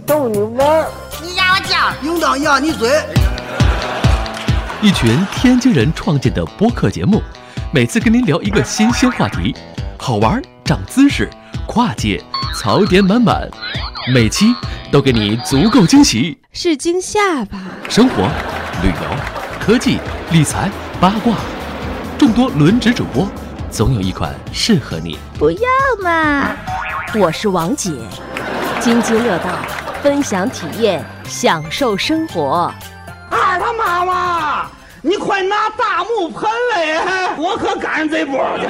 逗你玩。 你压我脚， 应当压你嘴。 一群天津人创建的播客节目，每次跟您聊一个新鲜话题，好玩、长姿势、跨界、槽点满满，每期都给你足够惊喜。 是惊吓吧？ 生活、旅游、科技、理财、八卦，众多轮值主播，总有一款适合你。 不要嘛！我是王姐，津津乐道，分享体验，享受生活。 二他妈妈，你快拿大木盆来，我可赶上这波去。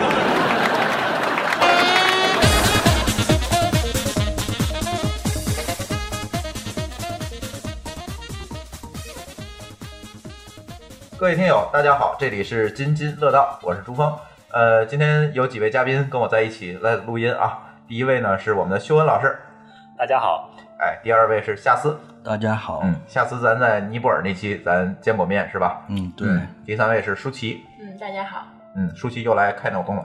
各位听友，大家好，这里是津津乐道，我是朱峰。今天有几位嘉宾跟我在一起来录音啊。第一位呢是我们的修文老师， 大家好。 第二位是夏思， 大家好。 夏思咱在尼泊尔那期咱见过面是吧？ 对。 第三位是舒淇， 大家好。 舒淇又来开脑洞了。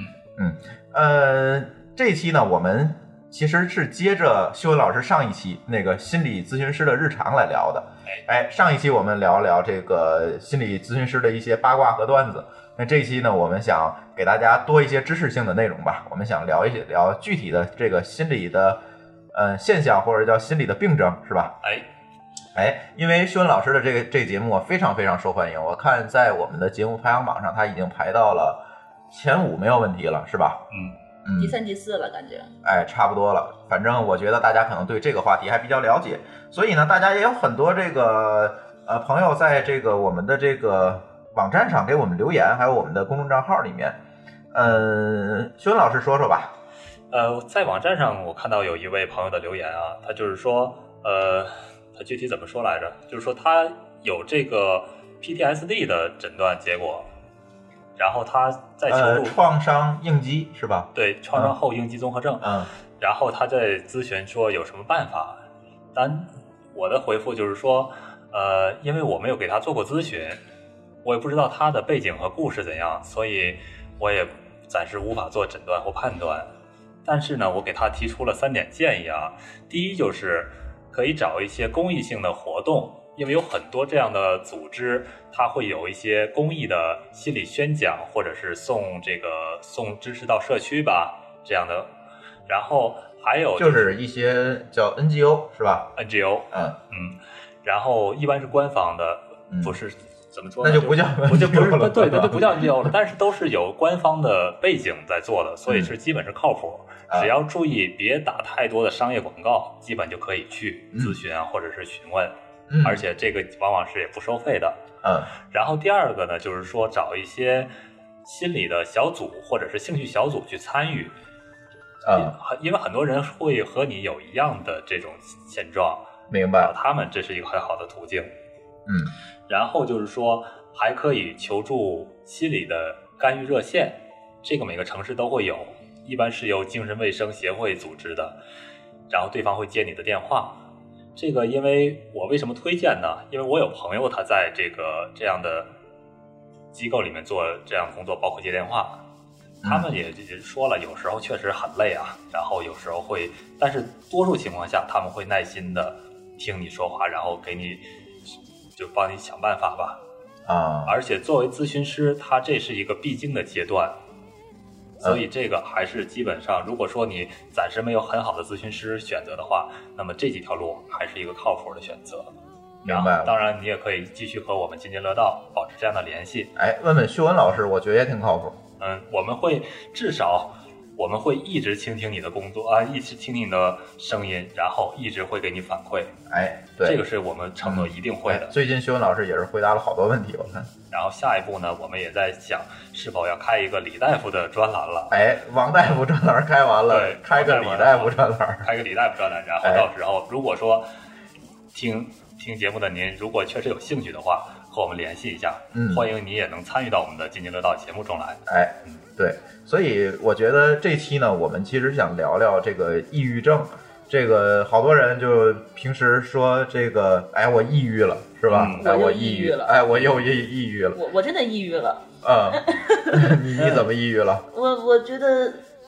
这一期呢，我们其实是接着修文老师上一期那个心理咨询师的日常来聊的。上一期我们聊聊这个心理咨询师的一些八卦和段子，那这一期呢，我们想给大家多一些知识性的内容吧。我们想聊具体的这个心理的现象，或者叫心理的病症，是吧？因为修文老师的这个节目非常非常受欢迎，我看在我们的节目排行榜上，他已经排到了前5没有问题了，是吧？ 第3、第4了，感觉。 差不多了。反正我觉得大家可能对这个话题还比较了解，所以呢，大家也有很多这个朋友在这个我们的这个网站上给我们留言，还有我们的公众账号里面。修文老师说说吧。 在网站上我看到有一位朋友的留言啊，他就是说，他具体怎么说来着？就是说他有这个 PTSD 的诊断结果。然后他在求助创伤应激是吧？ 对，创伤后应激综合症。然后他在咨询说有什么办法。但我的回复就是说，因为我没有给他做过咨询，我也不知道他的背景和故事怎样，所以我也暂时无法做诊断或判断。但是呢，我给他提出了3点建议啊。第一就是可以找一些公益性的活动。因为有很多这样的组织，它会有一些公益的心理宣讲，或者是送知识到社区吧，这样的。然后还有就是一些叫 NGO 是吧 ？NGO，然后一般是官方的，不是怎么说呢？ 那就不叫 NGO 了， 对，就不叫 NGO 了。但是都是有官方的背景在做的，所以是基本是靠谱。只要注意别打太多的商业广告，基本就可以去咨询啊，或者是询问。而且这个往往是也不收费的。然后第二个呢，就是说找一些心理的小组或者是兴趣小组去参与。因为很多人会和你有一样的这种现状， 明白？ 他们这是一个很好的途径。然后就是说还可以求助心理的干预热线，这个每个城市都会有，一般是由精神卫生协会组织的，然后对方会接你的电话。这个因为我为什么推荐呢？因为我有朋友他在这样的机构里面做这样的工作，包括接电话。他们也说了，有时候确实很累啊，然后有时候会，但是多数情况下他们会耐心的听你说话，然后给你就帮你想办法吧。而且作为咨询师，他这是一个必经的阶段。所以这个还是基本上，如果说你暂时没有很好的咨询师选择的话，那么这几条路还是一个靠谱的选择。 明白了。 当然你也可以继续和我们津津乐道保持这样的联系。 问问修文老师，我觉得也挺靠谱。 我们会至少我们会一直倾听你的工作啊，一直听听你的声音，然后一直会给你反馈。 对， 这个是我们承诺一定会的。 最近修文老师也是回答了好多问题，我看。 然后下一步呢，我们也在想是否要开一个李大夫的专栏了。 王大夫专栏开完了，对，开个李大夫专栏， 开个李大夫专栏，然后到时候如果说听节目的您，如果确实有兴趣的话，和我们联系一下，欢迎你也能参与到我们的津津乐道节目中来。 对，所以我觉得这期呢，我们其实想聊聊这个抑郁症。这个好多人就平时说这个，我抑郁了，是吧？ 我抑郁了， 我又抑郁了。 我真的抑郁了。 你怎么抑郁了？ 我觉得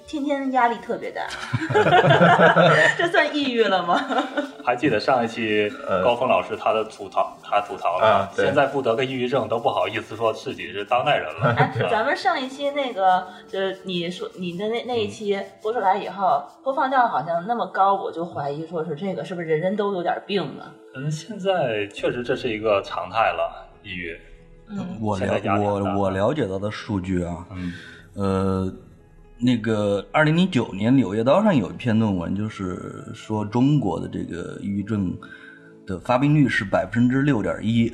天天压力特别大，这算抑郁了吗？ 还记得上一期高峰老师他吐槽了，现在不得个抑郁症都不好意思说自己是当代人了。 哎，咱们上一期那个就是你说你的那一期播出来以后，播放量好像那么高，我就怀疑说是这个是不是人人都有点病啊？ 现在确实这是一个常态了，抑郁。 我了解到的数据啊，那个2009年《柳叶刀》上有一篇论文，就是说中国的这个抑郁症的发病率是6.1%。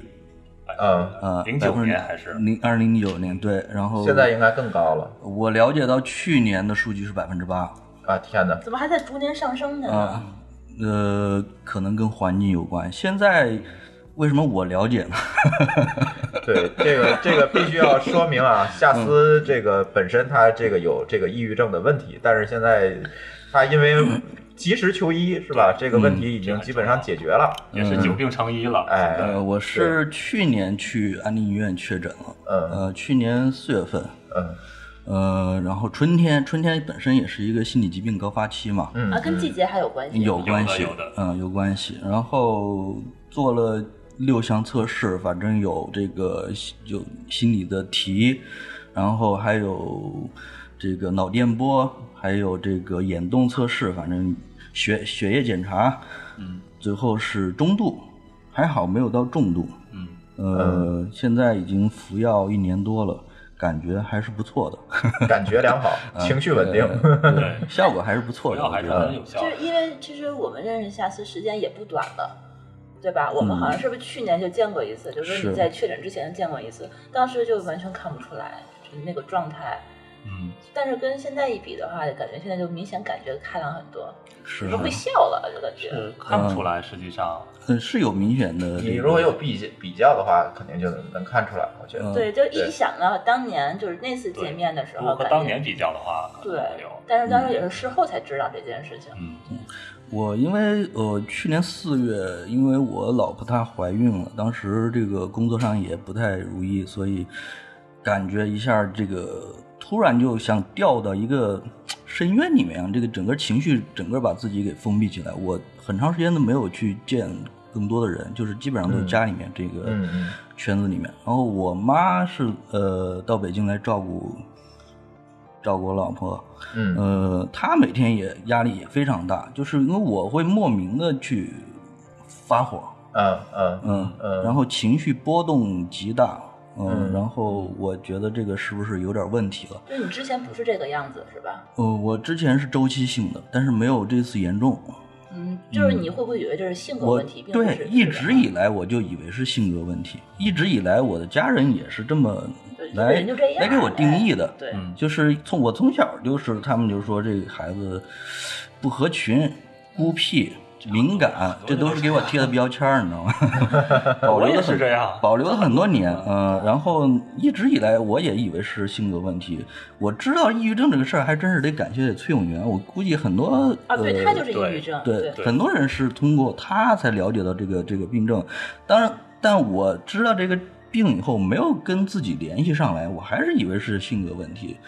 09年还是 2009年？对，然后现在应该更高了。 我了解到去年的数据是8%。 啊，天哪！ 怎么还在逐年上升呢？ 可能跟环境有关。现在为什么我了解呢？ 对，这个必须要说明啊，夏思这个本身他这个有这个抑郁症的问题，但是现在他因为及时求医是吧？这个问题已经基本上解决了， 也是久病成医了。 哎， 我是去年去安定医院确诊了，去年4月份，然后春天本身也是一个心理疾病高发期嘛， 跟季节还有关系？ 有关系，有关系。然后做了6项测试，反正有这个有心理的题，然后还有这个脑电波，还有这个眼动测试，反正血液检查，最后是中度，还好没有到重度，现在已经服药1年多了。感觉还是不错的， 感觉良好，情绪稳定， 对，效果还是不错的， 还是很有效。 就是因为其实我们认识夏思时间也不短了，对吧？我们好像是不是去年就见过一次？就是你在确诊之前见过一次，当时就完全看不出来就是那个状态。但是跟现在一比的话，感觉现在就明显感觉开朗很多，是会笑了，就感觉是看不出来，实际上是有明显的。 你如果有比较的话，肯定就能看出来，我觉得。 对，就一想到当年就是那次见面的时候， 和当年比较的话， 对，但是当时也是事后才知道这件事情。 我因为去年4月，因为我老婆她怀孕了，当时这个工作上也不太如意，所以感觉一下这个。突然就想掉到一个深渊里面，这个整个情绪整个把自己给封闭起来。我很长时间都没有去见更多的人，就是基本上都是家里面这个圈子里面。然后我妈是到北京来照顾我老婆，她每天也压力也非常大，就是因为我会莫名的去发火，然后情绪波动极大。然后我觉得这个是不是有点问题了？ 就是你之前不是这个样子是吧？ 我之前是周期性的，但是没有这次严重。 就是你会不会以为这是性格问题？ 对，一直以来我就以为是性格问题，一直以来我的家人也是这么来给我定义的。 对， 就是我从小就是他们就说这个孩子不合群、孤僻。敏感，这都是给我贴的标签，你知道吗？ 我也是这样， 保留了很多年，然后一直以来我也以为是性格问题。我知道抑郁症这个事儿，还真是得感谢崔永元。我估计很多对他就是抑郁症， 对很多人是通过他才了解到这个病症。当然，但我知道这个病以后，没有跟自己联系上来，我还是以为是性格问题。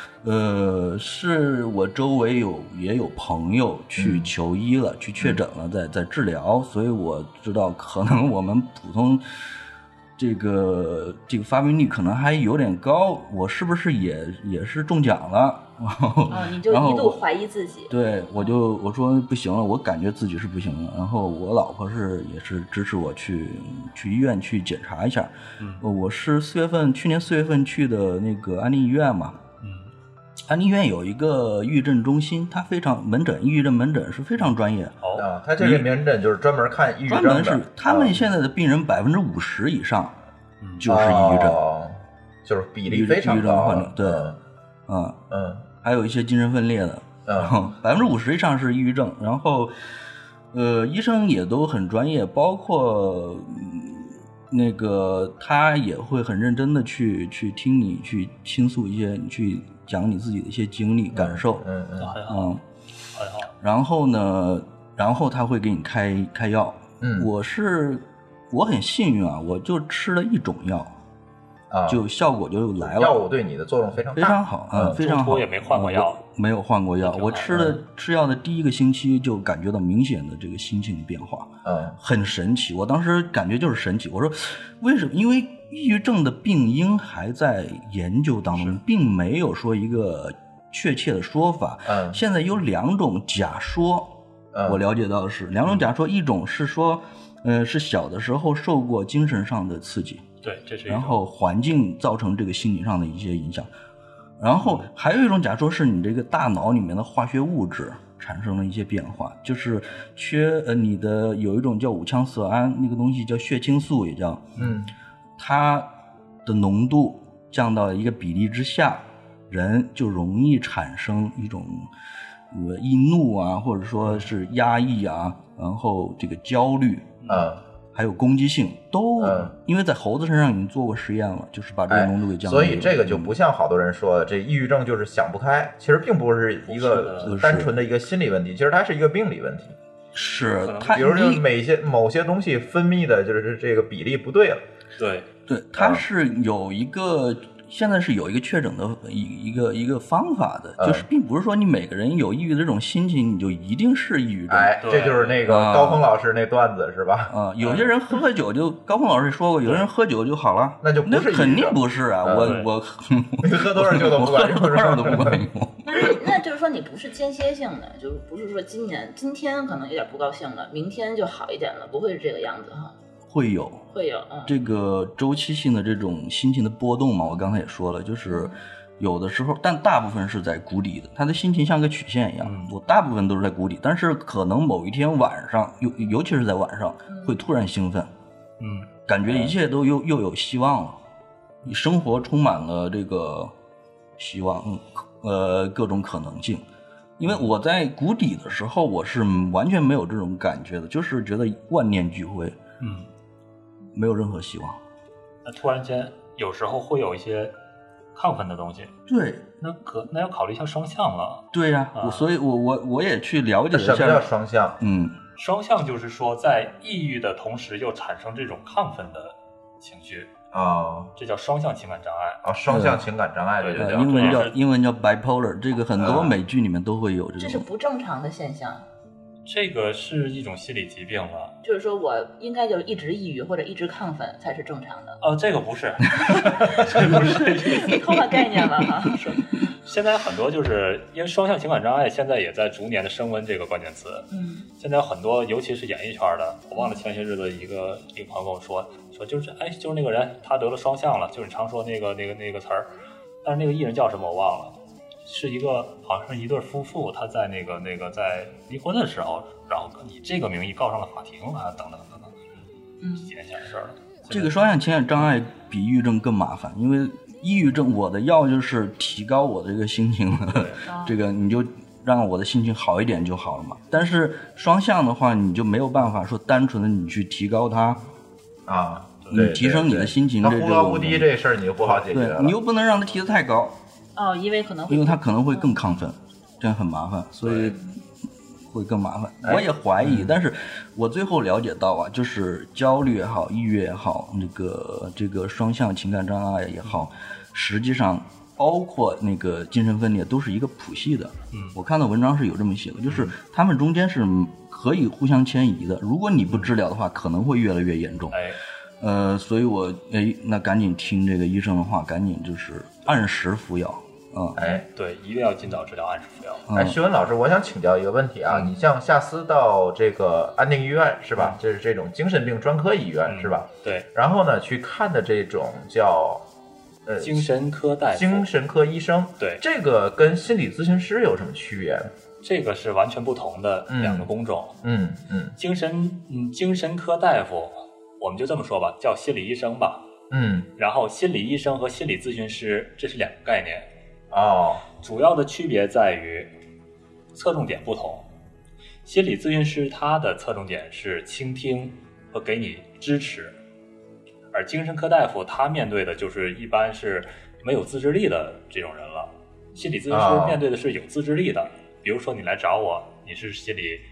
是我周围也有朋友去求医了，去确诊了，在治疗，所以我知道可能我们普通这个发病率可能还有点高，我是不是也是中奖了？ 你就一度怀疑自己。 对，我说不行了，我感觉自己是不行了。然后我老婆也是支持我去医院去检查一下。我是去年4月份去的那个安定医院嘛。安定医院有一个抑郁症中心，它抑郁症门诊是非常专业。 它这个门诊就是专门看抑郁症的。专门是他们现在的病人50%以上就是抑郁症， 就是比例非常高。抑郁症患者对，还有一些精神分裂的，50%以上是抑郁症。然后医生也都很专业，包括那个他也会很认真的去听你去倾诉一些，你去讲你自己的一些经历感受，然后呢，他会给你开药。我很幸运啊，我就吃了1种药， 就效果就来了。 药物对你的作用非常大， 非常好，非常好。 也没换过药， 没有换过药。我吃药的第1个星期就感觉到明显的这个心情变化，很神奇。我当时感觉就是神奇。我说为什么？因为抑郁症的病因还在研究当中，并没有说一个确切的说法。现在有2种假说，我了解到的是2种假说，一种是说，是小的时候受过精神上的刺激。 对，这是一种。 然后环境造成这个心理上的一些影响，然后还有一种假说是你这个大脑里面的化学物质产生了一些变化，就是你的有一种叫五羟色胺，那个东西叫血清素，也叫它的浓度降到一个比例之下，人就容易产生一种易怒啊，或者说是压抑啊，然后这个焦虑还有攻击性都，因为在猴子身上已经做过实验了，就是把这个浓度给降低了。 所以这个就不像好多人说的，这抑郁症就是想不开，其实并不是一个单纯的一个心理问题，其实它是一个病理问题。 是，它比如就某些东西分泌的就是这个比例不对了。 对， 它是有一个。现在是有一个确诊的一个方法的，就是并不是说你每个人有抑郁的这种心情，你就一定是抑郁症。 这就是那个高峰老师那段子是吧？ 有些人喝酒就高峰老师说过，有人喝酒就好了， 那就不是抑郁症， 那肯定不是啊！我喝多少酒都不管用， 多少都不管用。 那就是说你不是间歇性的，就是不是说今天可能有点不高兴了，明天就好一点了，不会是这个样子哈。会有这个周期性的这种心情的波动嘛，我刚才也说了，就是有的时候，但大部分是在谷底的，他的心情像个曲线一样，我大部分都是在谷底，但是可能某一天晚上，尤其是在晚上，会突然兴奋，感觉一切都又有希望了，你生活充满了这个希望，各种可能性。因为我在谷底的时候，我是完全没有这种感觉的，就是觉得万念俱灰，没有任何希望。 那突然间有时候会有一些亢奋的东西。 对， 那要考虑一下双向了。 对呀，所以我也去了解一下。 什么叫双向？ 双向就是说在抑郁的同时又产生这种亢奋的情绪这叫双向情感障碍双向情感障碍，对， 英文叫 bipolar， 这个很多美剧里面都会有这种。 这是不正常的现象。 这个是一种心理疾病了， 就是说我应该就一直抑郁或者一直亢奋才是正常的。 这个不是，这不是， 你偷换概念了哈。 现在很多就是因为双向情感障碍，现在也在逐年的升温这个关键词。现在有很多，尤其是演艺圈的，我忘了前些日子一个朋友跟我说就是就是那个人他得了双向了，就是你常说那个词儿，但是那个艺人叫什么我忘了。是一个好像是一对夫妇，他在那个在离婚的时候，然后以这个名义告上了法庭啊，等等，几年前的事了。 这个双向情感障碍比抑郁症更麻烦，因为抑郁症我的药就是提高我的这个心情了，这个你就让我的心情好一点就好了嘛。但是双向的话，你就没有办法说单纯的你去提高它你提升你的心情， 忽高忽低这事儿你就不好解决了， 你又不能让它提得太高。 因为它可能会更亢奋，这样很麻烦，所以会更麻烦。我也怀疑，但是我最后了解到就是焦虑也好，抑郁也好，这个双向情感障碍也好，实际上包括那个精神分裂都是一个谱系的。我看到文章是有这么写的，就是他们中间是可以互相迁移的。如果你不治疗的话，可能会越来越严重。所以我那赶紧听这个医生的话，赶紧就是按时服药。 对，一定要尽早治疗，按时服药。 徐文老师，我想请教一个问题啊，你像夏思到这个安定医院是吧？这是这种精神病专科医院是吧？ 对。 然后呢，去看的这种叫精神科大夫、 精神科医生。对，这个跟心理咨询师有什么区别呢？ 这个是完全不同的两个工种。精神科大夫，我们就这么说吧，叫心理医生吧。然后心理医生和心理咨询师这是两个概念。主要的区别在于侧重点不同。心理咨询师他的侧重点是倾听和给你支持，而精神科大夫他面对的就是一般是没有自制力的这种人了。心理咨询师面对的是有自制力的，比如说你来找我，你是心理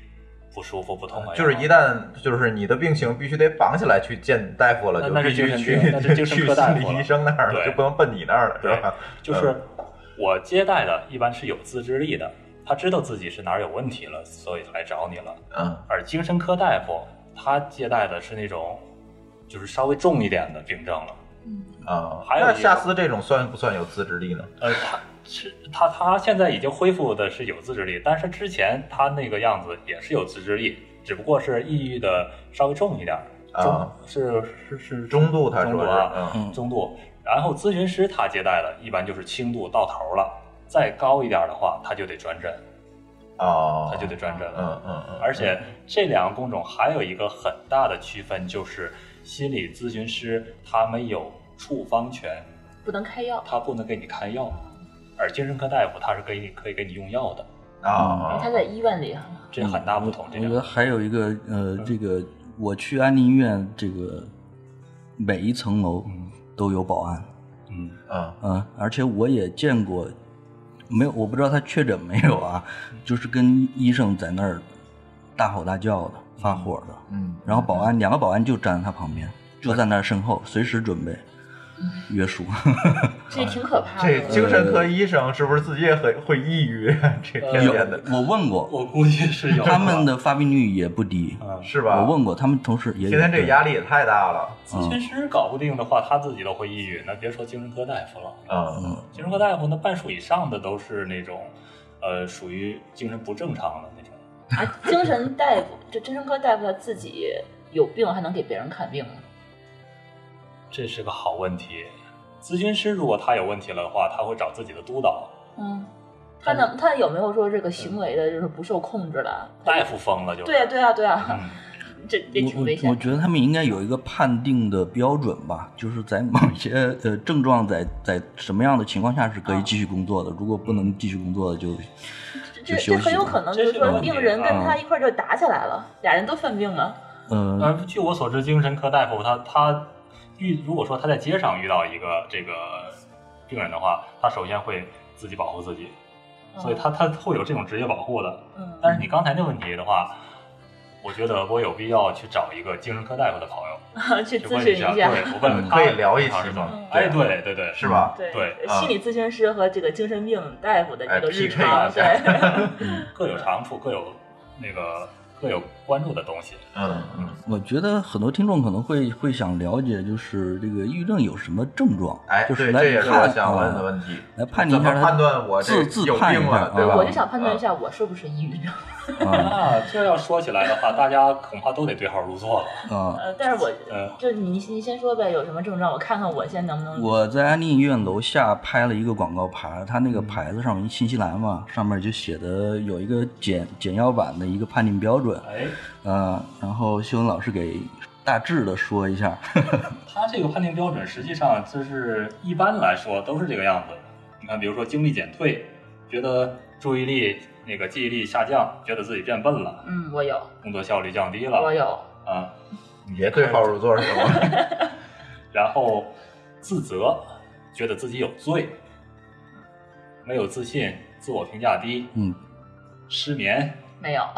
不舒服不痛快， 就是一旦就是你的病情必须得绑起来去见大夫了，就必须去精神科大夫心理医生那儿了，就不能奔你那儿了，是吧？ 就是我接待的一般是有自制力的，他知道自己是哪儿有问题了，所以他来找你了。而精神科大夫他接待的是那种就是稍微重一点的病症了。还有那夏思这种算不算有自制力呢？ 他现在已经恢复的是有自制力，但是之前他那个样子也是有自制力，只不过是抑郁的稍微重一点是中度，他说是中度。然后咨询师他接待的一般就是轻度到头了，再高一点的话他就得转诊。他就得转诊了。而且这两个工种还有一个很大的区分，就是心理咨询师他没有处方权， 不能开药， 他不能给你开药，而精神科大夫他是可以给你用药的他在医院里， 这很大不同。 我觉得还有一个这个我去安宁医院，这个每一层楼都有保安，而且我也见过，没有，我不知道他确诊没有啊，就是跟医生在那儿大吼大叫的，发火的，然后两个保安就站在他旁边，就在那儿身后，随时准备约束。 这挺可怕的。 这精神科医生是不是自己也会抑郁？这天天的， 我问过， 我估计是有， 他们的发病率也不低， 是吧？ 我问过，他们同事也天天这压力也太大了。 咨询师搞不定的话，他自己都会抑郁，那别说精神科大夫了。精神科大夫那半数以上的都是那种，属于精神不正常的那种。 精神大夫，这精神科大夫他自己有病还能给别人看病吗？ 这是个好问题。咨询师如果他有问题了的话，他会找自己的督导。 他有没有说这个行为的就是不受控制了？ 大夫疯了就是。 对啊。这挺危险。 我觉得他们应该有一个判定的标准吧，就是在某些症状在什么样的情况下是可以继续工作的，如果不能继续工作的就休息。 这很有可能就是说病人跟他一块就打起来了，俩人都犯病了。 据我所知，精神科大夫他如果说他在街上遇到一个这个病人的话，他首先会自己保护自己，所以他会有这种职业保护的。但是你刚才那问题的话，我觉得我有必要去找一个精神科大夫的朋友去咨询一下。 对，我问他可以聊一期吗？ 对， 是吧？ 对，心理咨询师和这个精神病大夫的这个日常， 对， 各有长处，各有关注的东西。 我觉得很多听众可能会想了解，就是这个抑郁症有什么症状？就是这也是我想问的问题。 来判定一下， 判断我自判一下， 对吧？ 我就想判断一下我是不是抑郁症。 这要说起来的话，大家恐怕都得对号入座了。 但是我这你先说呗，有什么症状？我看看我现在能不能。 我在安宁医院楼下拍了一个广告牌，它那个牌子上面新西兰嘛，上面就写的有一个简要版的一个判定标准。然后修文老师给大致的说一下。 他这个判定标准实际上就是一般来说都是这个样子。你看，比如说精力减退，觉得注意力记忆力下降，觉得自己变笨了。 我有。 工作效率降低了。 我有。 也对号入座是吗？ 然后自责，觉得自己有罪，没有自信，自我评价低。失眠。 没有。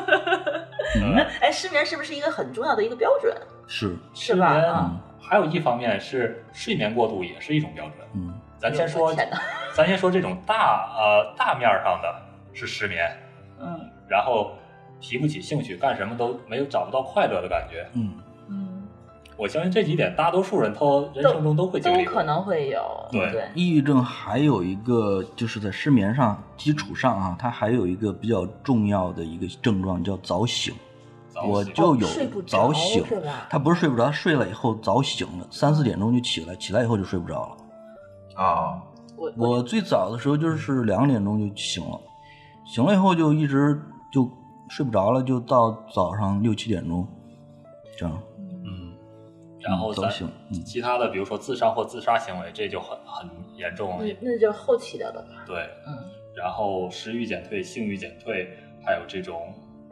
失眠是不是一个很重要的一个标准？ 是吧？ 还有一方面是睡眠过度也是一种标准。咱先说这种大面上的是失眠。然后提不起兴趣，干什么都没有找不到快乐的感觉。我相信这几点大多数人人生中都会经历， 都可能会有。对， 抑郁症还有一个就是在失眠上基础上它还有一个比较重要的一个症状叫早醒。我就有早醒，他不是睡不着，他睡了以后早醒了，3、4点钟就起来以后就睡不着了。我最早的时候就是2点钟就醒了，醒了以后就一直就睡不着了，就到早上6、7点钟这样。 然后早醒。 其他的比如说自伤或自杀行为，这就很严重了。 那就是后期的了吧？ 对。然后食欲减退、性欲减退，还有这种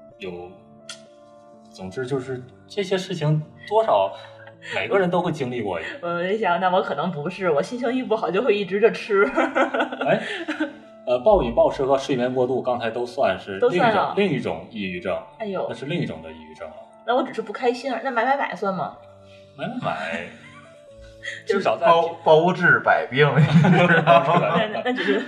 总之就是这些事情多少每个人都会经历过。 我一想，那我可能不是，我心情一不好就会一直着吃。 暴饮暴食和睡眠过度，刚才都算是另一种抑郁症。 哎呦， 那是另一种的抑郁症了。 那我只是不开心，那买算吗？ 买，至少在包治百病。 那只是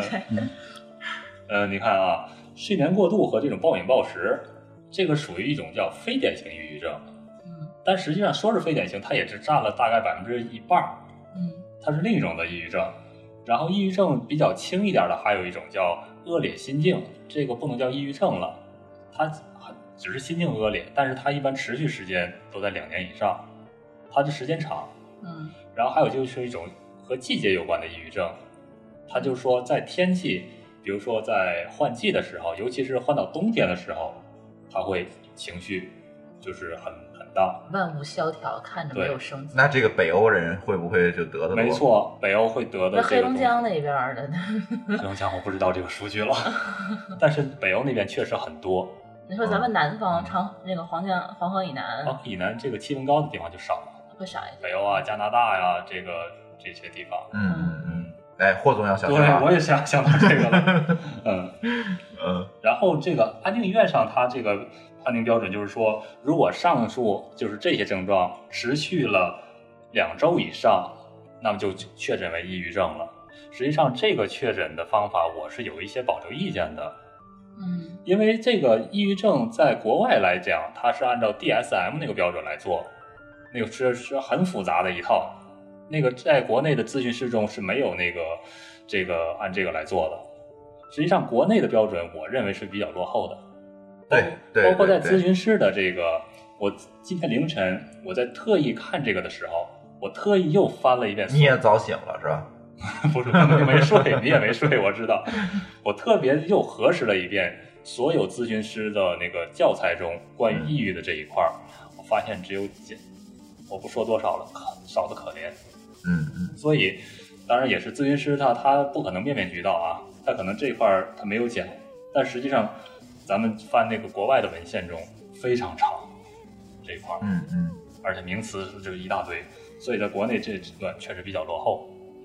你看啊，睡眠过度和这种暴饮暴食，这个属于一种叫非典型抑郁症。但实际上说是非典型，它也只占了大概1半。它是另一种的抑郁症。然后抑郁症比较轻一点的，还有一种叫恶劣心境，这个不能叫抑郁症了，它只是心境恶劣，但是它一般持续时间都在2年以上，它的时间长。然后还有就是一种和季节有关的抑郁症，它就是说在天气，比如说在换季的时候，尤其是换到冬天的时候，它会情绪就是很大， 万物萧条，看着没有生机。 那这个北欧人会不会就得的多？ 没错，北欧会得的。 那黑龙江那边的， 黑龙江我不知道这个数据了，但是北欧那边确实很多。 你说咱们南方那个黄河以南， 黄河以南这个气温高的地方就少了， 会少一点。 北欧啊、加拿大呀，这些地方。 哎，霍总要想对，我也想到这个了。然后这个安定医院上，它这个判定标准就是说，如果上述就是这些症状持续了2周以上，那么就确诊为抑郁症了。实际上，这个确诊的方法我是有一些保留意见的。因为这个抑郁症在国外来讲，它是按照 DSM 那个标准来做，那个是很复杂的一套。那个在国内的咨询师中是没有这个按这个来做的。实际上，国内的标准我认为是比较落后的。 对， 包括在咨询师的这个，我今天凌晨我在特意看这个的时候，我特意又翻了一遍。 你也早醒了是吧？ 不是，可能就没睡，你也没睡，我知道。我特别又核实了一遍所有咨询师的那个教材中关于抑郁的这一块，我发现只有我不说多少了，少的可怜。所以当然也是咨询师他不可能面面俱到啊，他可能这块他没有讲，但实际上咱们翻那个国外的文献中非常长这一块，而且名词就一大堆，所以在国内这段确实比较落后。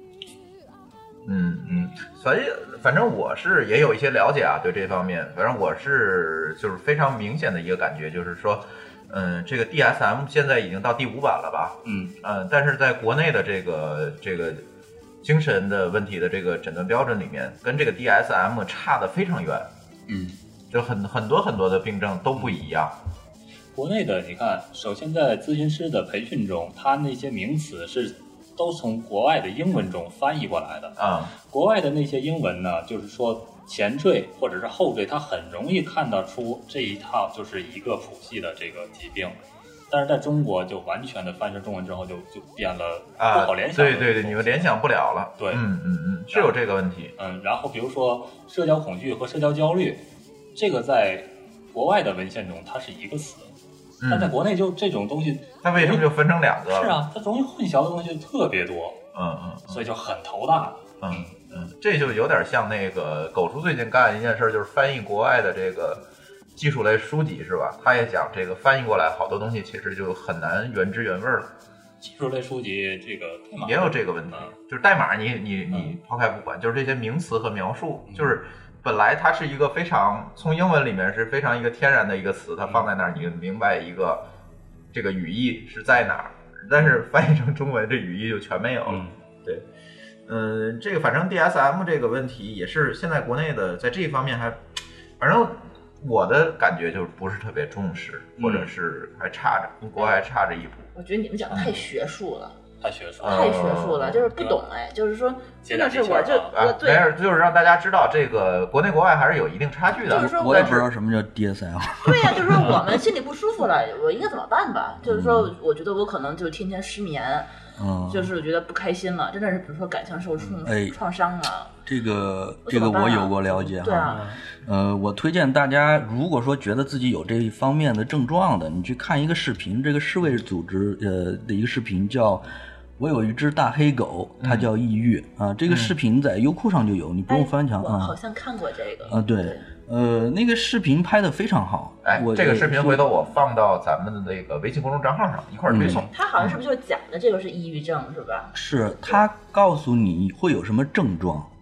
所以反正我是也有一些了解啊，对这方面，反正我是就是非常明显的一个感觉，就是说，这个 DSM 现在已经到第5版了吧？但是在国内的这个精神的问题的这个诊断标准里面，跟这个 DSM 差得非常远。就很多的病症都不一样。 国内的你看，首先在咨询师的培训中，他那些名词是都从国外的英文中翻译过来的。国外的那些英文呢，就是说前缀或者是后缀，它很容易看得出这一套就是一个谱系的这个疾病。但是在中国就完全的翻成中文之后就变了不好联想。 对，你们联想不了了。 对， 是有这个问题。 然后比如说社交恐惧和社交焦虑，这个在国外的文献中它是一个词，但在国内就这种东西， 它为什么就分成2个了？ 是啊，它容易混淆的东西就特别多。所以就很头大。 这就有点像那个狗叔最近干一件事，就是翻译国外的这个技术类书籍，是吧？他也讲这个翻译过来好多东西其实就很难原汁原味了。 技术类书籍这个代码也有这个问题，就是代码你抛开不管，就是这些名词和描述，就是本来它是一个非常从英文里面是非常一个天然的一个词，它放在那儿你明白一个这个语义是在哪儿，但是翻译成中文这语义就全没有了。对，这个反正 DSM 这个问题也是现在国内的在这一方面还，反正我的感觉就是不是特别重视，或者是还差着，跟国外还差着一步。 我觉得你们讲的太学术了。 太学术了，就是不懂就是说真的是我对， 没事，就是让大家知道这个国内国外还是有一定差距的。 就是说我也不知道什么叫 DSM。 对呀，就是说我们心里不舒服了，我应该怎么办吧？就是说，我觉得我可能就天天失眠，就是觉得不开心了，真的是比如说感情受创伤了。 这个我有过了解哈。 对啊。 我推荐大家，如果说觉得自己有这一方面的症状的，你去看一个视频，这个世卫组织的一个视频叫我有一只大黑狗，它叫抑郁啊。这个视频在优酷上就有，你不用翻墙我好像看过这个。 对，那个视频拍得非常好。 这个视频回头我放到咱们的那个微信公众账号上一块儿推送。 他好像是不是就讲的这个是抑郁症是吧？ 是，他告诉你会有什么症状，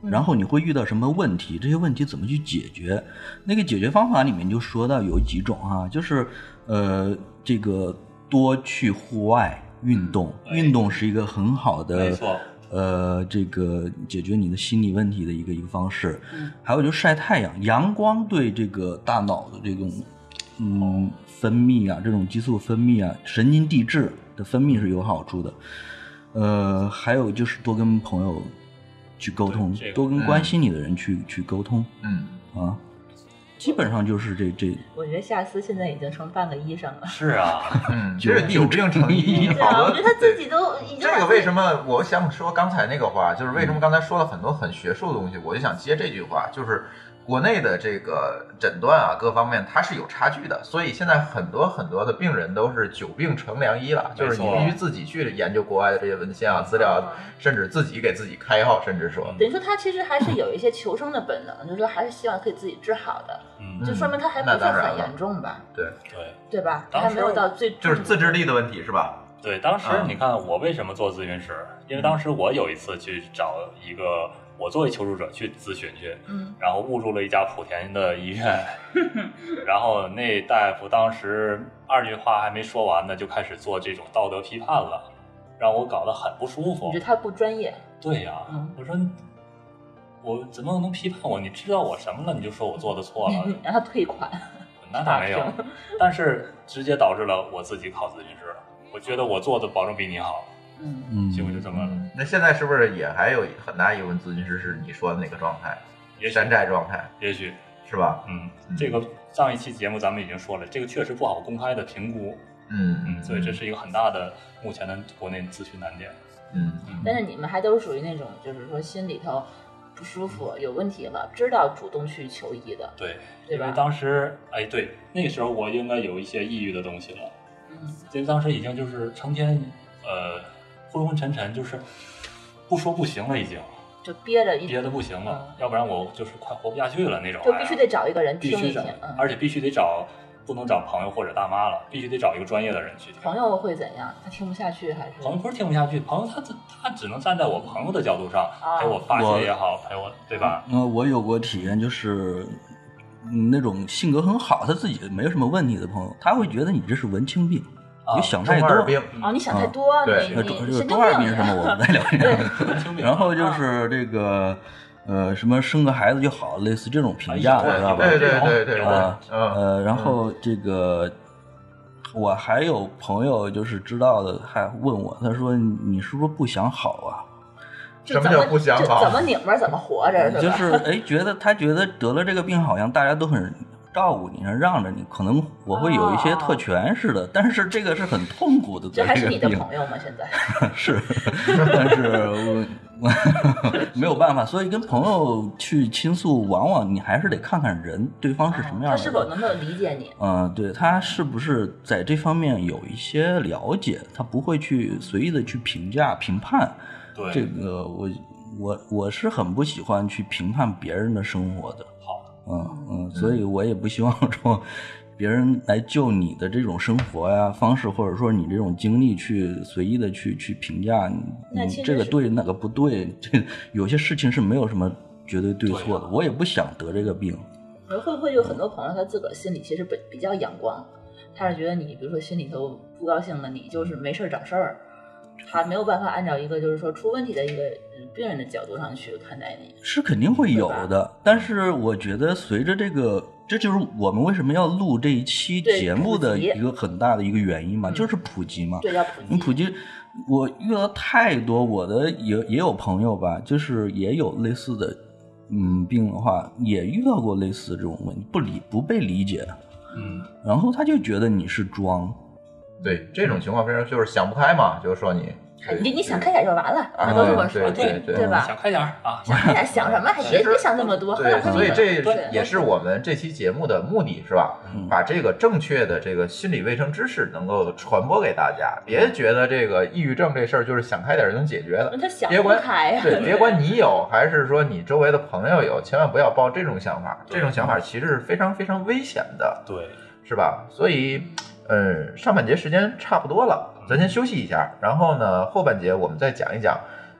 然后你会遇到什么问题，这些问题怎么去解决。那个解决方法里面就说到有几种哈，就是这个多去户外运动，运动是一个很好的没错这个解决你的心理问题的一个方式。还有就是晒太阳，阳光对这个大脑的这种分泌啊，这种激素分泌啊，神经递质的分泌是有好处的。还有就是多跟朋友去沟通，多跟关心你的人去沟通。基本上就是这。 我觉得夏思现在已经成半个医生了。 是啊， 这是久病成医。 对啊，我觉得他自己都已经。 这个为什么我想说刚才那个话，就是为什么刚才说了很多很学术的东西，我就想接这句话，就是国内的这个诊断啊，各方面它是有差距的，所以现在很多的病人都是久病成良医了，就是你必须自己去研究国外的这些文献啊、资料，甚至自己给自己开药，甚至说， 等于说他其实还是有一些求生的本能，就是说还是希望可以自己治好的，就说明他还不是很严重吧？对吧？他还没有到最就是自制力的问题是吧？ 对，当时你看我为什么做咨询师，因为当时我有一次去找一个。我作为求助者去咨询去，然后误入了一家莆田的医院，然后那大夫当时2句话还没说完呢，就开始做这种道德批判了，让我搞得很不舒服。 你觉得他不专业？ 对呀，我说我怎么能批判我？你知道我什么了？你就说我做的错了， 你让他退款？ 那倒没有，但是直接导致了我自己考咨询师了。我觉得我做的保证比你好。结果就这么了。 那现在是不是也还有很大一部分咨询师是你说的那个状态，山寨状态？ 也许是吧？ 这个上一期节目咱们已经说了，这个确实不好公开的评估。所以这是一个很大的目前的国内咨询难点。 但是你们还都是属于那种，就是说心里头不舒服、有问题了，知道主动去求医的。 对吧？ 因为当时对，那个时候我应该有一些抑郁的东西了。因为当时已经就是成天昏昏沉沉，就是不说不行了，已经就憋得不行了，要不然我就是快活不下去了那种。 就必须得找一个人听一听， 而且必须得不能找朋友或者大妈了，必须得找一个专业的人去听。 朋友会怎样？他听不下去还是？ 朋友不是听不下去，朋友他只能站在我朋友的角度上陪我发泄也好，陪我对吧？ 我有过体验，就是那种性格很好，他自己没有什么问题的朋友，他会觉得你这是文青病。你想太多你想太多。 对， 中二病什么我们在聊。然后就是这个什么生个孩子就好，类似这种评价，知道吧？ 对然后这个我还有朋友就是知道的，还问我，他说你是不是不想好啊？ 什么叫不想好？ 怎么拧巴怎么活着，是吧？ 就是觉得得了这个病，好像大家都很照顾你，让着你，可能我会有一些特权似的，但是这个是很痛苦的。 这还是你的朋友吗？现在是，但是我没有办法，所以跟朋友去倾诉，往往你还是得看看人，对方是什么样的人， 他是否能够理解你？ 对，他是不是在这方面有一些了解，他不会去随意的去评价评判。 对， 这个我是很不喜欢去评判别人的生活的。所以我也不希望说别人来就你的这种生活呀方式，或者说你这种经历去随意的去评价你这个对那个不对，有些事情是没有什么绝对对错的。我也不想得这个病。 会不会有很多朋友他自个儿心里其实比较阳光，他是觉得你比如说心里头不高兴了，你就是没事找事儿，他没有办法按照一个就是说出问题的一个病人的角度上去看待你， 是肯定会有的。但是我觉得随着这就是我们为什么要录这一期节目的一个很大的一个原因嘛，就是普及嘛。 对，要普及。 普及，我遇到太多我的也有朋友吧，就是也有类似的病的话，也遇到过类似这种问题，不被理解。然后他就觉得你是装。 对，这种情况非常就是想不开嘛，就是说你想开点就完了，他都这么说， 对吧？ 想开点啊， 想开点，想什么？还别想这么多。 对，所以这也是我们这期节目的目的，是吧？把这个正确的这个心理卫生知识能够传播给大家，别觉得这个抑郁症这事儿就是想开点就能解决的。 他想不开呀。 对，别管你有还是说你周围的朋友有，千万不要抱这种想法。这种想法其实是非常非常危险的， 对， 是吧？所以。上半节时间差不多了，咱先休息一下，然后呢，后半节我们再讲一讲，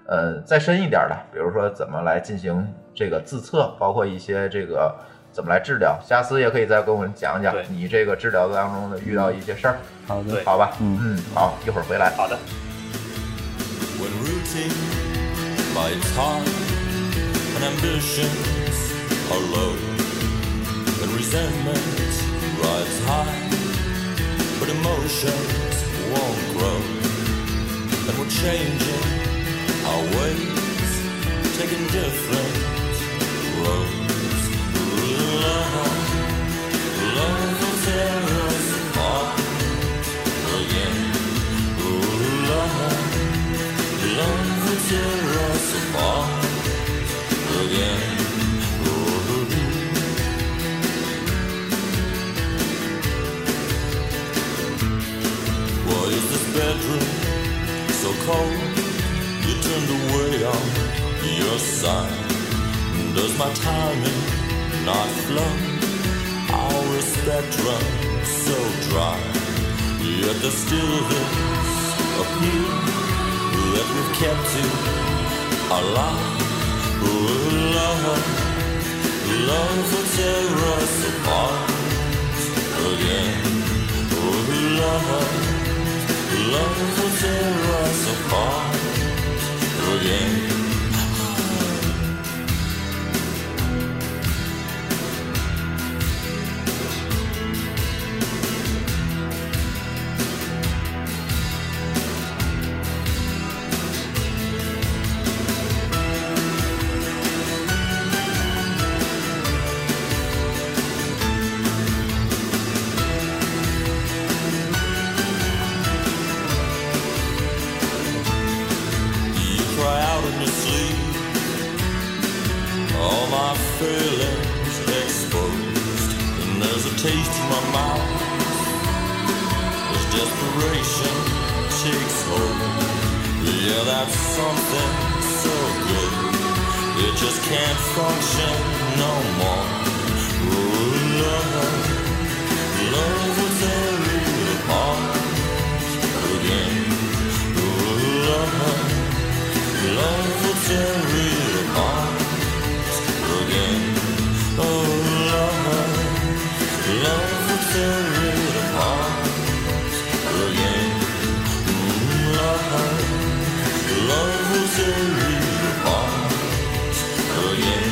再深一点的，比如说怎么来进行这个自测，包括一些这个怎么来治疗，夏思也可以再跟我们讲讲你这个治疗当中的遇到一些事儿。 好的， 好吧，好，一会儿回来。 好的。 When routine bites hard and ambitions are low and resentment rides high, but emotions won't grow, and we're changing our ways, taking different roads. Love will tear us apart again. Love will tear us apart again. Why is this bedroom so cold? You turned away on your side. Does my timing not flow? Our respect runs so dry. Yet there's still this appeal that we've kept it alive. Love will tear us apart again. Love will tear us apart again. Feelings exposed, and there's a taste in my mouth as desperation takes hold. Yeah, that's something so good, it just can't function no more. Love will tear it apart again. Love will tear it apart again. Oh, love will tear it apart again. Love will tear it apart again.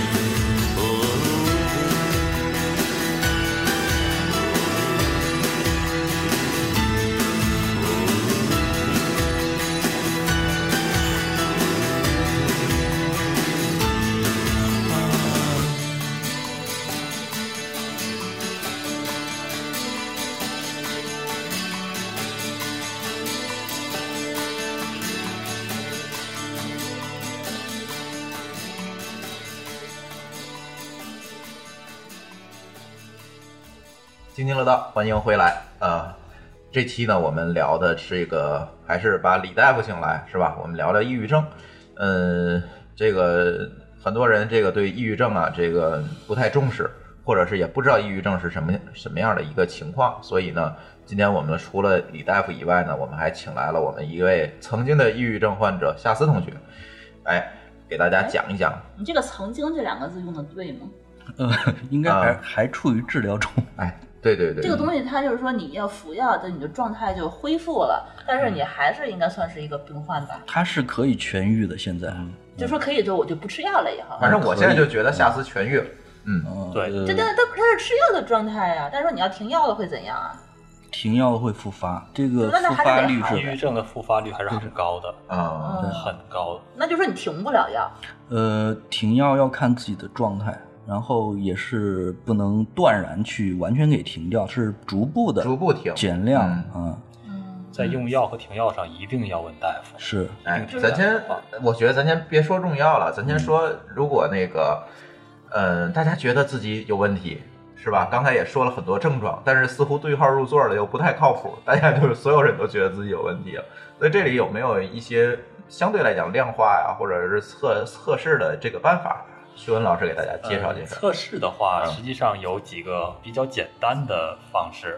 津津乐道，欢迎回来。这期呢，我们聊的是一个，还是把李大夫请来，是吧？我们聊聊抑郁症。这个很多人这个对抑郁症啊，这个不太重视，或者是也不知道抑郁症是什么样的一个情况。所以呢，今天我们除了李大夫以外呢，我们还请来了我们一位曾经的抑郁症患者夏思同学，给大家讲一讲。 你这个"曾经"这两个字用的对吗？ 应该还处于治疗中。 对， 这个东西它就是说你要服药的，你的状态就恢复了，但是你还是应该算是一个病患吧？ 它是可以痊愈的，现在就说可以说我就不吃药了以后。 反正我现在就觉得夏思痊愈了。 对， 它是吃药的状态呀，但是说你要停药了会怎样啊？ 停药会复发，这个复发率是抑郁症的复发率还是很高的很高的。 那就说你停不了药。 停药要看自己的状态。然后也是不能断然去完全给停掉，是逐步停，减量在用药和停药上一定要问大夫。 是， 我觉得咱先别说用药了，咱先说，如果那个，大家觉得自己有问题，是吧？刚才也说了很多症状，但是似乎对号入座的又不太靠谱，大家就是所有人都觉得自己有问题了。所以这里有没有一些相对来讲量化呀，或者是测试的这个办法？徐文老师给大家介绍介绍。 测试的话，实际上有几个比较简单的方式。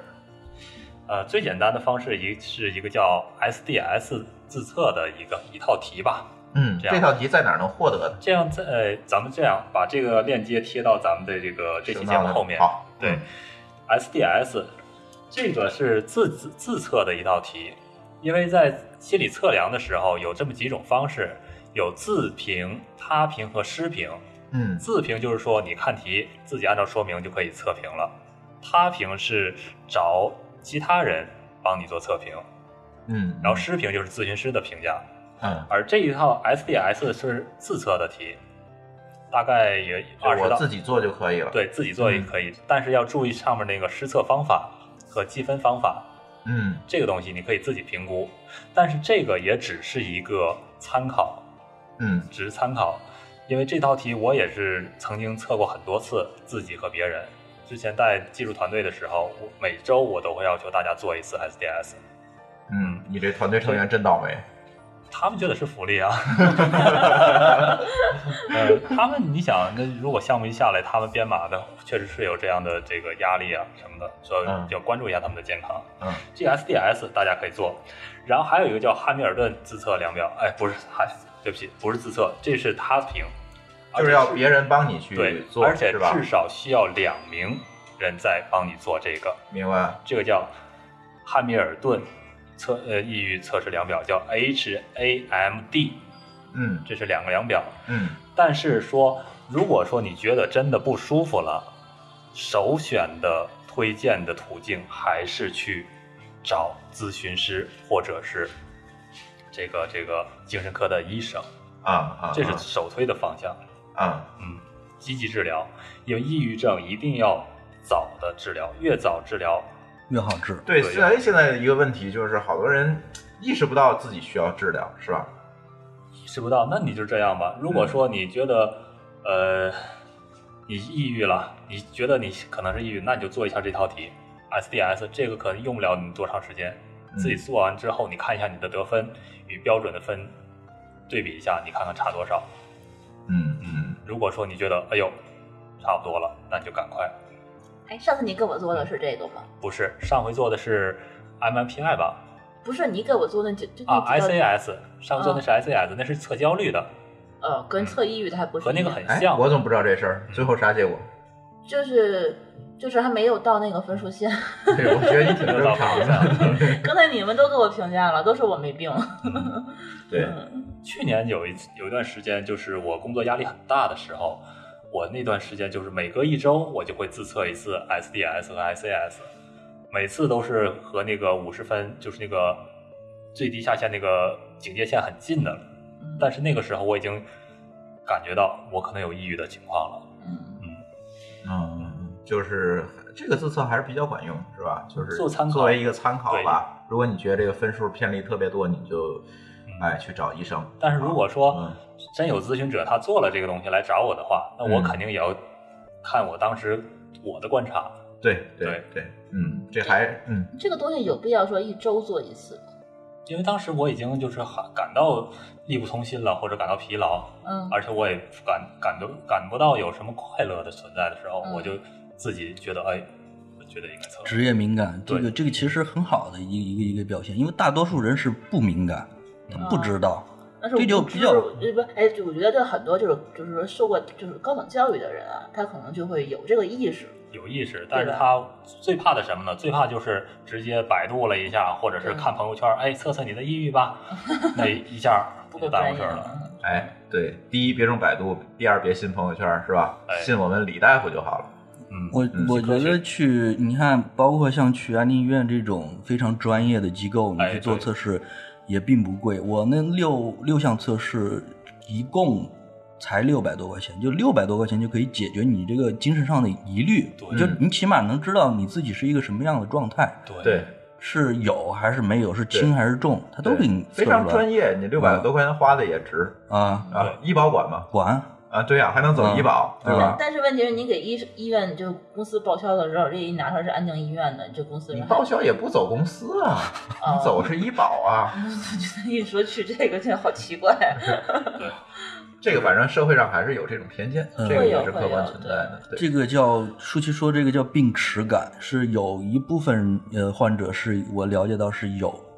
最简单的方式是一个叫 SDS 自测的一套题吧。 这套题在哪儿能获得的？ 这样咱们这样把这个链接贴到咱们的这期节目后面。 好， 对，SDS 这个是自测的一道题，因为在心理测量的时候有这么几种方式，有自评、他评和师评。自评就是说你看题自己按照说明就可以测评了，他评是找其他人帮你做测评，然后师评就是咨询师的评价。而这一套 SDS 是自测的题，大概也20道， 我自己做就可以了。 对，自己做也可以，但是要注意上面那个施测方法和积分方法。这个东西你可以自己评估，但是这个也只是一个参考，只是参考。因为这套题我也是曾经测过很多次，自己和别人。之前带技术团队的时候，每周我都会要求大家做一次 SDS。 你这团队成员真倒霉。 他们觉得是福利啊。他们你想，那如果项目一下来，他们编码的确实是有这样的这个压力啊什么的，所以要关注一下他们的健康。这个 SDS 大家可以做，然后还有一个叫汉密尔顿自测量表，不是，对不起，不是自测，这是他评， 就是要别人帮你去做， 而且至少需要2名人在帮你做这个。 明白？ 这个叫汉密尔顿抑郁测试量表，叫 HAMD。这是2个量表。但是说，如果说你觉得真的不舒服了，首选的推荐的途径还是去找咨询师或者是这个精神科的医生这是首推的方向。积极治疗，因为抑郁症一定要早的治疗，越早治疗越好治。 对，现在的一个问题就是好多人意识不到自己需要治疗，是吧？ 意识不到，那你就这样吧。如果说你觉得你抑郁了，你觉得你可能是抑郁，那你就做一下这套题 SDS， 这个可能用不了你多长时间。自己做完之后，你看一下你的得分与标准的分对比一下，你看看差多少。如果说你觉得哎呦差不多了，那你就赶快。 上次你给我做的是这个吗？ 不是，上回做的是 MMPI 吧？ 不是，你给我做的就 SAS， 上回做的是 SAS，那是测焦虑的。 跟测抑郁的还不是和那个很像。 我怎么不知道这事儿？最后啥结果？ 就是还没有到那个分数线。 对，我觉得你挺正常的。 刚才你们都给我评价了，都说我没病。 对， 去年有一段时间，就是我工作压力很大的时候，我那段时间就是每隔1周我就会自测一次 SDS 和 SAS， 每次都是和那个50分，就是那个最低下限那个警戒线很近的，但是那个时候我已经感觉到我可能有抑郁的情况了。 就是这个自测还是比较管用，是吧？就是作为一个参考吧。如果你觉得这个分数偏离特别多，你就去找医生。 但是如果说真有咨询者他做了这个东西来找我的话，那我肯定也要看我当时我的观察。 对，这还这个东西有必要说1周做一次吗？ 因为当时我已经就是感到力不从心了，或者感到疲劳，而且我也感不到有什么快乐的存在的时候，我就自己觉得，我觉得应该测。 职业敏感，这个其实很好的一个表现，因为大多数人是不敏感，他不知道，这就比较我觉得这很多就是说受过就是高等教育的人啊，他可能就会有这个意识。 有意识，但是他最怕的什么呢？最怕就是直接百度了一下，或者是看朋友圈，测测你的抑郁吧，那一下就耽误事了。 对，第一别用百度，第二别信朋友圈，是吧？信我们李大夫就好了。 我觉得你看，包括像去安定医院这种非常专业的机构，你去做测试也并不贵。我那六项测试一共才600多块钱，就600多块钱就可以解决你这个精神上的疑虑，就你起码能知道你自己是一个什么样的状态， 对， 是有还是没有，是轻还是重，他都给你非常专业。你600多块钱花的也值医保管吗？ 管对呀，还能走医保，对吧？ 但是问题是你给医院就公司报销的时候，这一拿出来是安定医院的，这公司你报销也不走公司啊，你走是医保啊。 一说去这个，真的好奇怪。 对。 这个反正社会上还是有这种偏见，这个也是客观存在的。 这个叫舒淇说，这个叫病耻感，是有一部分患者是我了解到是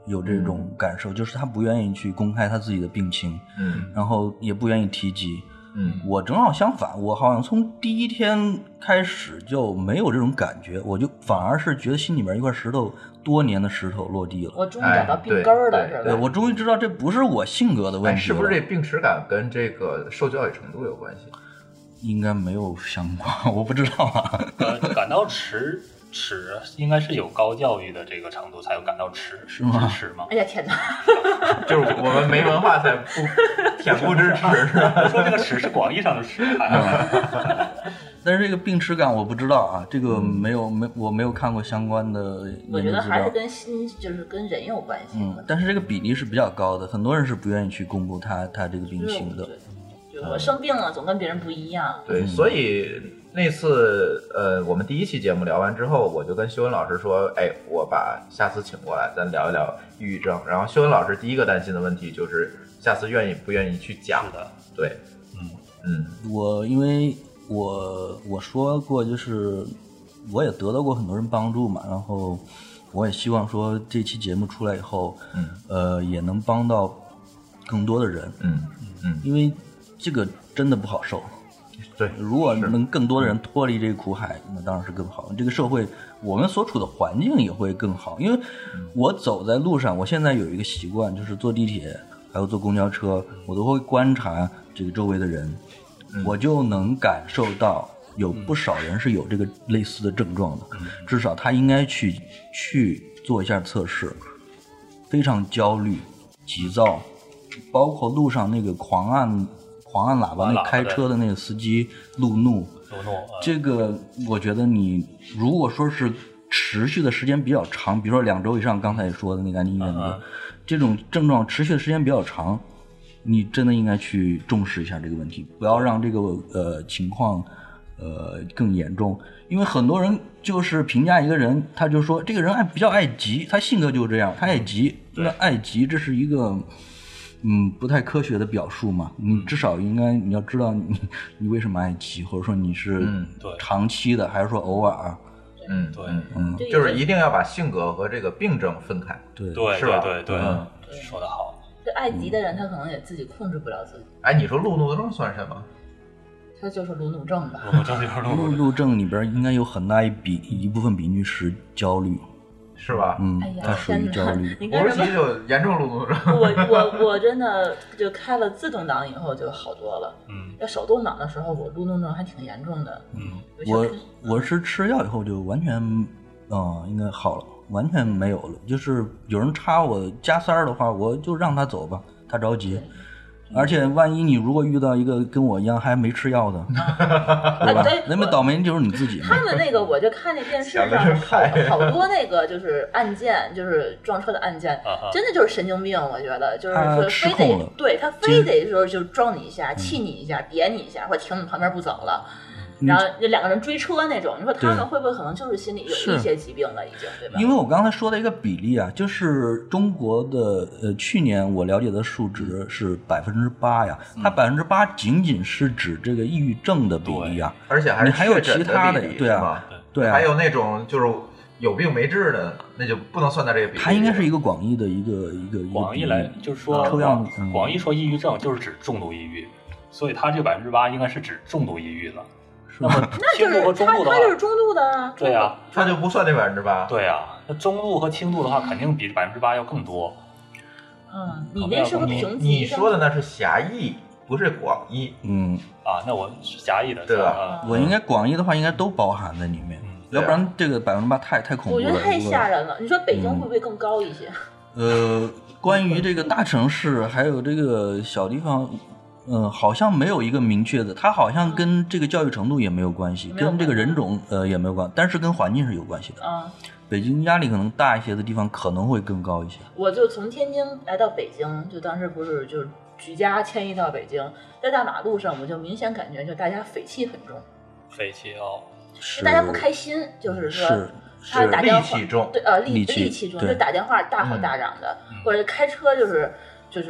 有这种感受，就是他不愿意去公开他自己的病情，然后也不愿意提及。我正好相反，我好像从第一天开始就没有这种感觉，我就反而是觉得心里面一块石头，多年的石头落地了。 我终于找到病根儿了，是吧？ 对，我终于知道这不是我性格的问题了。 是不是这病耻感跟这个受教育程度有关系？ 应该没有相关，我不知道啊。 感到耻应该是有高教育的这个程度才有感到耻， 是吗？ 耻吗？ 哎呀天哪！ 就是我们没文化才恬不知耻，是吧？ 我说这个耻是广义上的耻。 但是这个病耻感我不知道啊，这个我没有看过相关的研究资料。 我觉得还是跟就是跟人有关系。 但是这个比例是比较高的，很多人是不愿意去公布他这个病情的。 就是我生病了，总跟别人不一样。 对，所以那次我们第一期节目聊完之后，我就跟修文老师说，哎，我把下次请过来，咱聊一聊抑郁症。然后修文老师第一个担心的问题就是下次愿意不愿意去讲的。对， 因为我说过，就是我也得到过很多人帮助嘛，然后我也希望说这期节目出来以后，也能帮到更多的人。因为这个真的不好受。 对， 如果能更多的人脱离这个苦海，那当然是更好。这个社会，我们所处的环境也会更好。因为我走在路上，我现在有一个习惯，就是坐地铁还有坐公交车，我都会观察这个周围的人，我就能感受到有不少人是有这个类似的症状的，至少他应该去做一下测试，非常焦虑、急躁，包括路上那个狂按喇叭那开车的那个司机路怒，这个我觉得你如果说是持续的时间比较长，比如说2周以上，刚才说的那个安定医院的这种症状持续的时间比较长，你真的应该去重视一下这个问题，不要让这个情况更严重。因为很多人就是评价一个人，他就说这个人比较爱急，他性格就是这样，他爱急。那爱急这是一个不太科学的表述嘛，你至少你要知道你为什么爱急，或者说你是长期的还是说偶尔。 就是一定要把性格和这个病症分开。 对， 是吧？ 对，说得好。 这爱急的人，他可能也自己控制不了自己。 哎，你说路怒症算什么？ 他就是路怒症吧。 路怒症里边应该有很大一部分比例是焦虑。 是吧？ 它属于焦虑。 我不急就严重路怒症。 我真的就开了自动挡以后就好多了。要手动挡的时候，我路怒症还挺严重的。 我是吃药以后就完全应该好了，完全没有了。就是有人插我加塞的话，我就让他走吧，他着急。而且万一你如果遇到一个跟我一样还没吃药的，对吧？那么倒霉就是你自己。 他们那个我就看那电视上好多那个就是案件，就是撞车的案件，真的就是神经病。我觉得就是说非得对他非得说就撞你一下、气你一下、点你一下，或者停你旁边不走了。然后就2个人追车那种，你说他们会不会可能就是心里有一些疾病了，已经，对吧？ 因为我刚才说的一个比例啊，就是中国的去年我了解的数值是8%呀，它8%仅仅是指这个抑郁症的比例啊， 而且还有其他的，对啊， 还有那种就是有病没治的，那就不能算在这个比例。 它应该是一个广义的一个广义来就是说广义说抑郁症就是指重度抑郁，所以它这个8%应该是指重度抑郁了。那么轻度和中度的话， 他就是中度的。 对呀， 他就不算那8%。 对呀，那中度和轻度的话，肯定比8%要更多。 你那是不是评级？ 你说的那是狭义，不是广义。 那我是狭义的， 对吧？ 我应该广义的话，应该都包含在里面，要不然这个8%太恐怖了。 我觉得太吓人了。你说北京会不会更高一些？ 关于这个大城市还有这个小地方。好像没有一个明确的，它好像跟这个教育程度也没有关系，跟这个人种也没有关系，但是跟环境是有关系的。北京压力可能大一些的地方可能会更高一些。 我就从天津来到北京，就当时不是就举家迁移到北京，在大马路上我就明显感觉就大家匪气很重。 匪气大家不开心，就是说他打电话戾气重， 对戾气重，就打电话大吼大嚷的，或者开车就是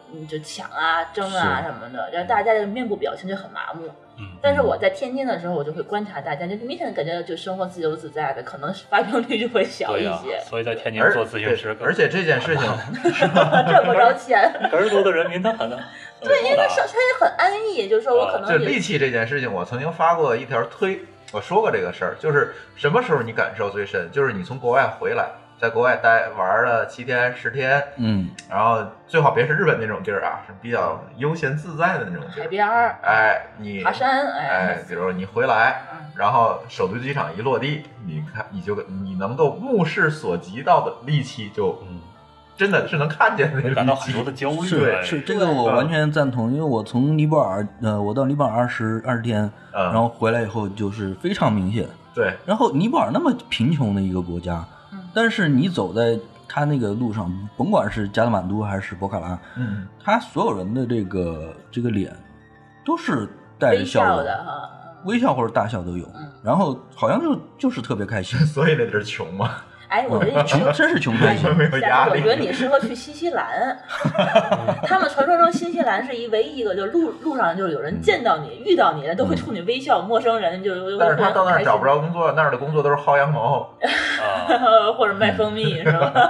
就抢啊、争啊什么的，然后大家的面部表情就很麻木。但是我在天津的时候，我就会观察大家，就明显感觉就生活自由自在的，可能发病率就会小一些。 所以在天津做咨询师， 而且这件事情挣不着钱， 根儿多的人民他很对，因为他很安逸，就是说我可能就戾气这件事情，我曾经发过一条推，我说过这个事儿，就是什么时候你感受最深，就是你从国外回来。在国外玩了7天10天，然后最好别是日本那种地儿啊，是比较悠闲自在的那种地儿， 海边儿， 你爬山， 比如你回来，然后首都机场一落地，你看你能够目视所及到的戾气就，真的是能看见的那种， 感到很多的焦虑。 是这个我完全赞同，因为我从尼泊尔，我到尼泊尔20天，然后回来以后就是非常明显。 对， 然后尼泊尔那么贫穷的一个国家。但是你走在他那个路上，甭管是加德满都还是博卡拉，他所有人的这个脸都是带着笑容的哈，微笑或者大笑都有，然后好像就是特别开心。 所以那地儿穷嘛。 哎，我跟你说， 真是穷开心， 没有压力。 我觉得你适合去新西兰，他们传说中新西兰是唯一一个，就路上就是有人见到你、遇到你都会冲你微笑，陌生人就。 但是他到那儿找不着工作，那儿的工作都是薅羊毛， 或者卖蜂蜜是吧？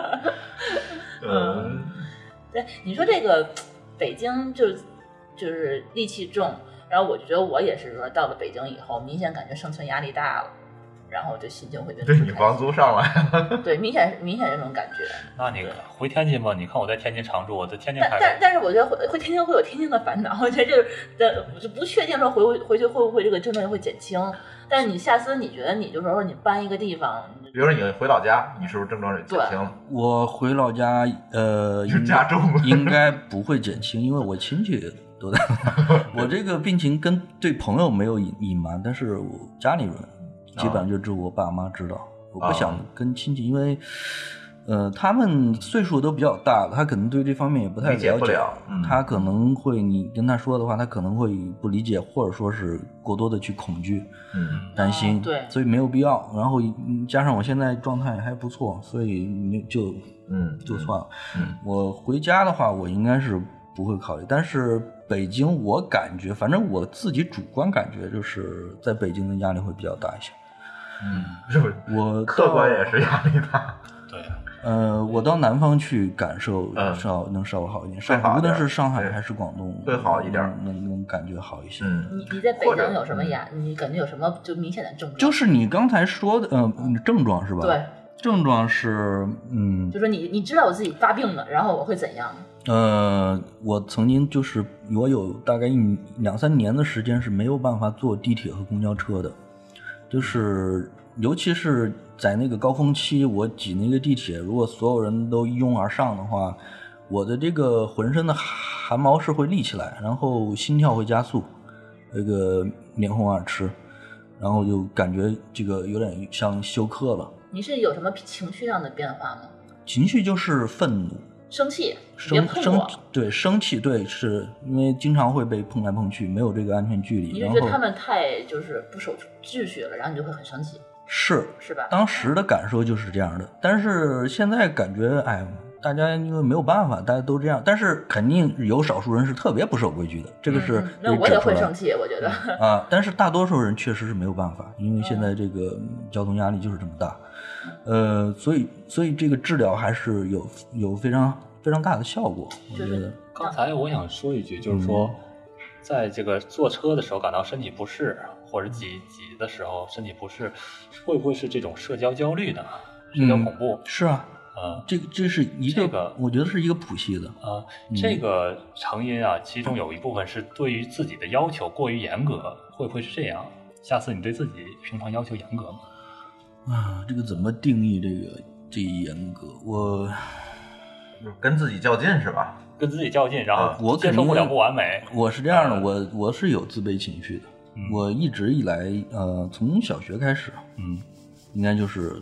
对，你说这个北京就是戾气重，然后我就觉得我也是说到了北京以后，明显感觉生存压力大了。然后就心情会变得对你房租上来了， 对，明显这种感觉。 那你回天津吧，你看我在天津常住，我在天津但是我觉得回天津会有天津的烦恼，我觉得就不确定说回去会不会这个症状会减轻。但是你下次你觉得你就说你搬一个地方， 比如说你回老家，你是不是症状减轻？ 我回老家加重了， 应该不会减轻，因为我亲戚都在。我这个病情对朋友没有隐瞒，但是我家里人。基本上就只有我爸妈知道，我不想跟亲戚，因为，他们岁数都比较大了，他可能对这方面也不太了解， 理解不了， 他可能会你跟他说的话，他可能会不理解，或者说是过多的去恐惧，担心， 对， 所以没有必要。然后加上我现在状态还不错，所以就算了。我回家的话，我应该是不会考虑，但是北京我感觉，反正我自己主观感觉就是在北京的压力会比较大一些。 是不是？ 我客观也是压力大。 对， 我到南方去感受能稍微好一点，无论是上海还是广东， 会好一点， 能感觉好一些。 你在北京有什么你感觉有什么就明显的症状？ 就是你刚才说的症状是吧？ 对， 症状是就说你知道我自己发病了，然后我会怎样？ 我曾经我有大概2-3年的时间是没有办法坐地铁和公交车的。就是尤其是在那个高峰期，我挤那个地铁，如果所有人都一拥而上的话，我的这个浑身的汗毛是会立起来，然后心跳会加速，这个脸红耳赤，然后就感觉这个有点像休克了。 你是有什么情绪上的变化吗？ 情绪就是愤怒、 生气， 对，生气，对，是因为经常会被碰来碰去，没有这个安全距离。 你就觉得他们太就是不守秩序了，然后你就会很生气，是吧？ 当时的感受就是这样的，但是现在感觉，大家因为没有办法，大家都这样，但是肯定有少数人是特别不守规矩的，这个是那我也会生气，我觉得但是大多数人确实是没有办法，因为现在这个交通压力就是这么大，所以这个治疗还是有非常非常大的效果，我觉得。 刚才我想说一句，就是说，在这个坐车的时候感到身体不适，或者挤的时候身体不适，会不会是这种社交焦虑呢？社交恐怖？ 是啊。这是一个，我觉得是一个谱系的这个成因啊，其中有一部分是对于自己的要求过于严格，会不会是这样？下次你对自己平常要求严格吗？ 这个怎么定义这严格？我跟自己较劲是吧？ 跟自己较劲，然后我接受不了不完美。 我是这样的，我是有自卑情绪的。我一直以来，从小学开始，应该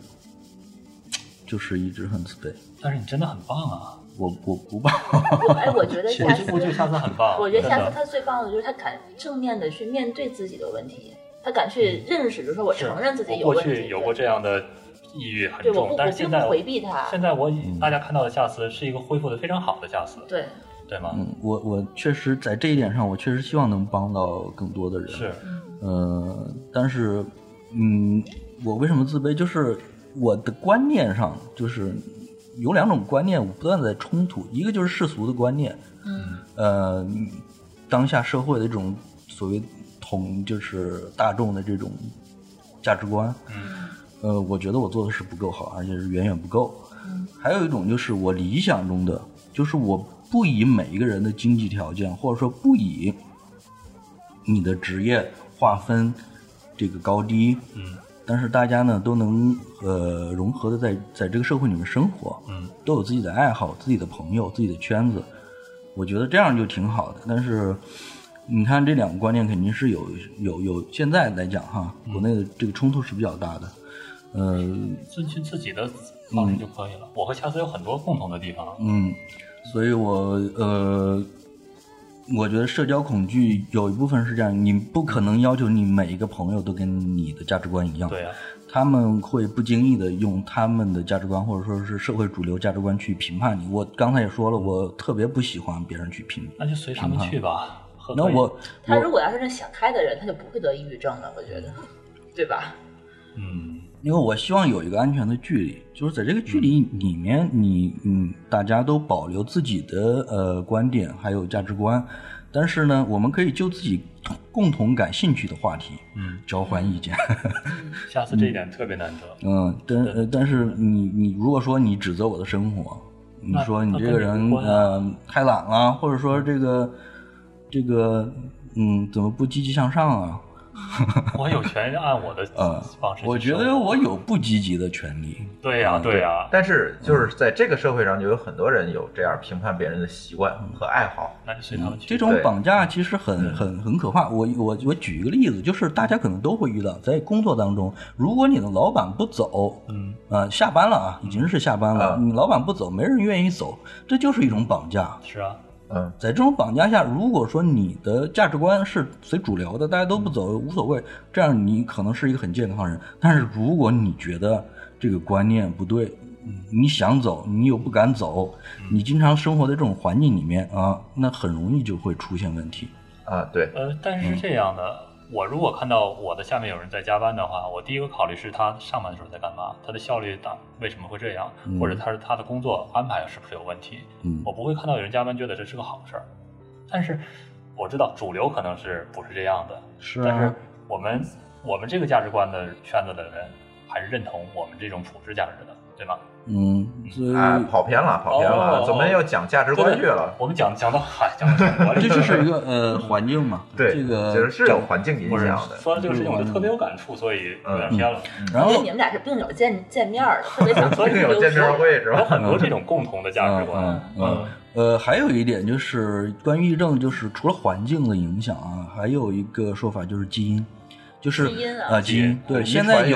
就是一直很自卑。 但是你真的很棒啊！ 我不棒。 我觉得下次很棒。 我觉得下次他最棒的就是他敢正面的去面对自己的问题，他敢去认识，就是说我承认自己有问题。 过去有过这样的抑郁很重，但是现在回避它。 现在大家看到的夏思是一个恢复的非常好的夏思。 对， 对吗？ 我确实在这一点上，我确实希望能帮到更多的人。 是， 但是，我为什么自卑？就是我的观念上，就是有2种观念不断在冲突，一个就是世俗的观念，当下社会的这种所谓就是大众的这种价值观，我觉得我做的是不够好，而且是远远不够。还有一种就是我理想中的，就是我不以每一个人的经济条件，或者说不以你的职业划分这个高低，但是大家呢都能融合的在这个社会里面生活，都有自己的爱好、自己的朋友、自己的圈子，我觉得这样就挺好的。但是你看这2个观念肯定是有现在来讲哈，国内的这个冲突是比较大的。 遵循自己的方式就可以了。我和恰斯有很多共同的地方。 所以我觉得社交恐惧有一部分是这样，你不可能要求你每一个朋友都跟你的价值观一样。 对啊， 他们会不经意的用他们的价值观或者说是社会主流价值观去评判你。我刚才也说了，我特别不喜欢别人去评判。 那就随他们去吧。 那他如果要是那想开的人，他就不会得抑郁症了，我觉得，对吧？ 因为我希望有一个安全的距离，就是在这个距离里面，大家都保留自己的观点还有价值观，但是呢，我们可以就自己共同感兴趣的话题，交换意见。 下次这一点特别难得。 但是你如果说你指责我的生活，你说你这个人太懒啊，或者说这个怎么不积极向上啊？ 我有权按我的方式去我觉得我有不积极的权利。 对呀，对呀。 但是就是在这个社会上，就有很多人有这样评判别人的习惯和爱好， 那就随他们去。 这种绑架其实很可怕。我举一个例子，就是大家可能都会遇到，在工作当中，如果你的老板不走，下班了啊，已经是下班了，你老板不走，没人愿意走，这就是一种绑架。 是啊。 在这种绑架下，如果说你的价值观是随主流的，大家都不走无所谓，这样你可能是一个很健康的人。但是如果你觉得这个观念不对，你想走你又不敢走，你经常生活在这种环境里面啊，那很容易就会出现问题啊。对， 但是这样的，我如果看到我的下面有人在加班的话，我第一个考虑是他上班的时候在干嘛，他的效率大为什么会这样，或者他的工作安排是不是有问题。我不会看到有人加班觉得这是个好事儿。但是我知道主流可能是不是这样的，但是我们这个价值观的圈子的人还是认同我们这种普世价值的，对吗？ 跑偏了，怎么又讲价值观去了？ 我们讲到中国， 这就是一个环境嘛。 对， 这个就是有环境影响的。 说到这个事情，我就特别有感触，所以有点偏了。 然后你们俩是病友见面的，特别想病友见面会是吧？ 有很多这种共同的价值观。 还有一点就是关于抑郁症，就是除了环境的影响啊，还有一个说法就是基因。就是基因对，现在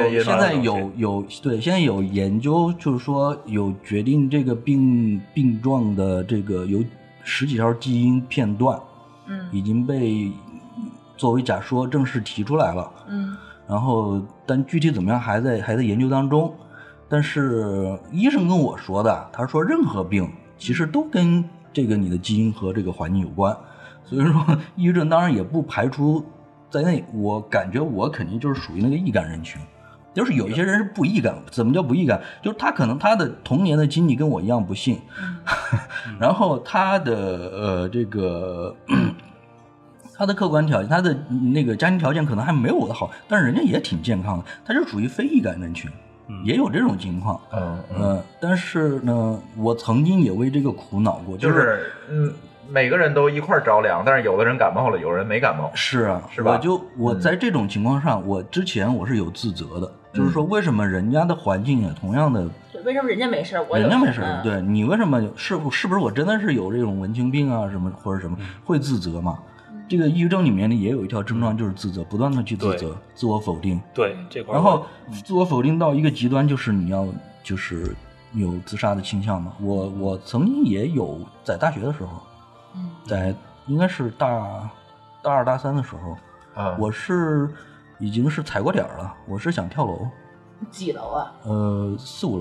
有研究，就是说有决定这个病状的这个有10几条基因片段，已经被作为假说正式提出来了，然后但具体怎么样还在研究当中。但是医生跟我说的，他说任何病其实都跟这个你的基因和这个环境有关，所以说抑郁症当然也不排除在内。我感觉我肯定就是属于那个易感人群，就是有一些人是不易感。怎么叫不易感？就是他可能他的童年的经历跟我一样不幸，然后他的这个他的客观条件，他的那个家庭条件可能还没有我的好，但是人家也挺健康的，他就属于非易感人群。也有这种情况，但是呢，我曾经也为这个苦恼过， 就是每个人都一块着凉，但是有的人感冒了，有人没感冒。 是啊， 是吧？ 我在这种情况上，我之前我是有自责的，就是说为什么人家的环境也同样的， 为什么人家没事， 人家没事？对，你为什么是不是我真的是有这种文青病啊什么或者什么，会自责嘛？这个抑郁症里面呢也有一条症状，就是自责，不断的去自责，自我否定。 对，这块。 然后自我否定到一个极端，就是你要就是有自杀的倾向嘛。我曾经也有在大学的时候，在应该是大2大3的时候，我是已经是踩过点了，我是想跳楼。 几楼啊？ 4、5楼。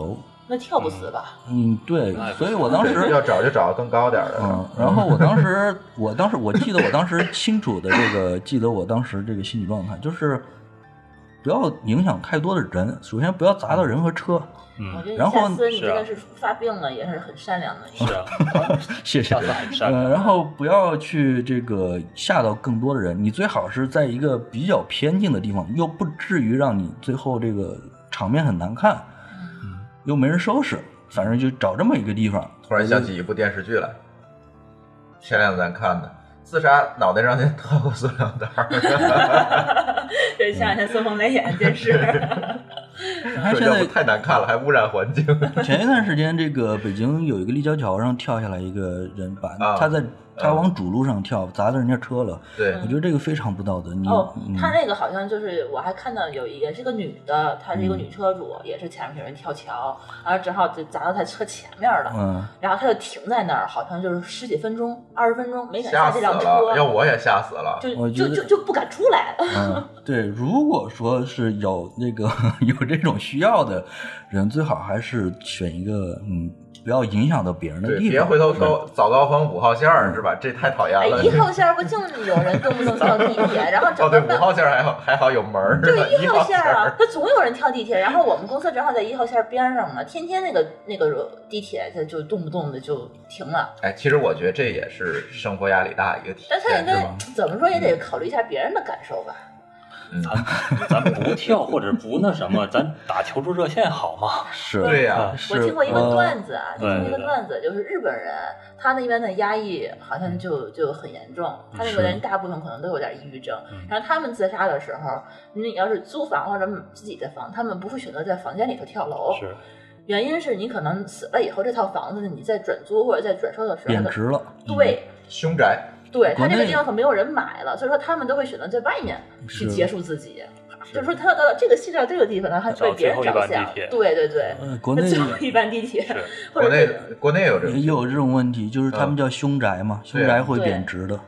那跳不死吧？ 对，所以我当时要找就找更高点的。 然后我记得我当时清楚的记得我当时这个心理状态，就是不要影响太多的人，首先不要砸到人和车。 我觉得然后下次你真的是发病了，也是很善良的。 是啊， 谢谢。然后不要去吓到更多的人，你最好是在一个比较偏静的地方，又不至于让你最后这个场面很难看，又没人收拾，反正就找这么一个地方。 突然想起一部电视剧来，前两天咱看的，自杀脑袋上先套个塑料袋。 这前两天孙红雷演的电视。 他现在太难看了，还污染环境。 前一段时间，北京有一个立交桥上跳下来一个人，把他往主路上跳，砸到人家车了。 对， 我觉得这个非常不道德。 他那个好像就是我还看到也是个女的，她是一个女车主，也是前面有人跳桥，然后正好就砸到她车前面了。然后她就停在那儿，好像就是10几分钟、20分钟没敢下这辆车。 要我也吓死了， 就不敢出来。 对，如果说是有这种需要的人，最好还是选一个不要影响到别人的地方。 别回头说早高峰5号线是吧？这太讨厌了。 1号线不净有人动不动跳地铁，然后对5号线还好有门。 对1号线啊，他总有人跳地铁。然后我们公司正好在1号线边上嘛，天天那个地铁它就动不动的就停了。 其实我觉得这也是生活压力大一个体现。 但他应该怎么说也得考虑一下别人的感受吧。 咱不跳或者不那什么，咱打求助热线好吗？ 是， 对呀。 我听过一个段子啊，就是日本人，他那边的压抑好像就很严重，他那个人大部分可能都有点抑郁症。然后他们自杀的时候，你要是租房或者自己的房，他们不会选择在房间里头跳楼。 是。 原因是你可能死了以后，这套房子你在转租或者在转售的时候贬值了。 对， 凶宅。 对，他这个地方可没有人买了，所以说他们都会选择在外面去结束自己。就是说他到这个戏到这个地方，他还为别人着想。对对对， 国内最后一班地铁， 国内有也有这种问题，就是他们叫凶宅嘛，凶宅会贬值的。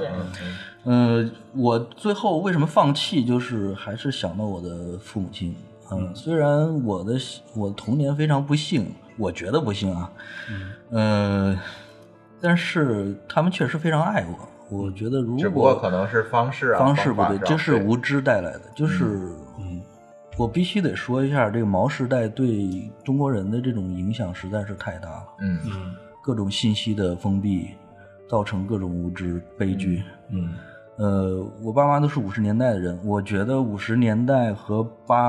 我最后为什么放弃，就是还是想到我的父母亲。虽然我的童年非常不幸，我觉得不幸啊。但是他们确实非常爱我。我觉得如果只不过可能是方式不对，这是无知带来的。就是我必须得说一下，这个毛时代对中国人的这种影响实在是太大了。各种信息的封闭，造成各种无知悲剧。我爸妈都是50年代的人，我觉得50年代和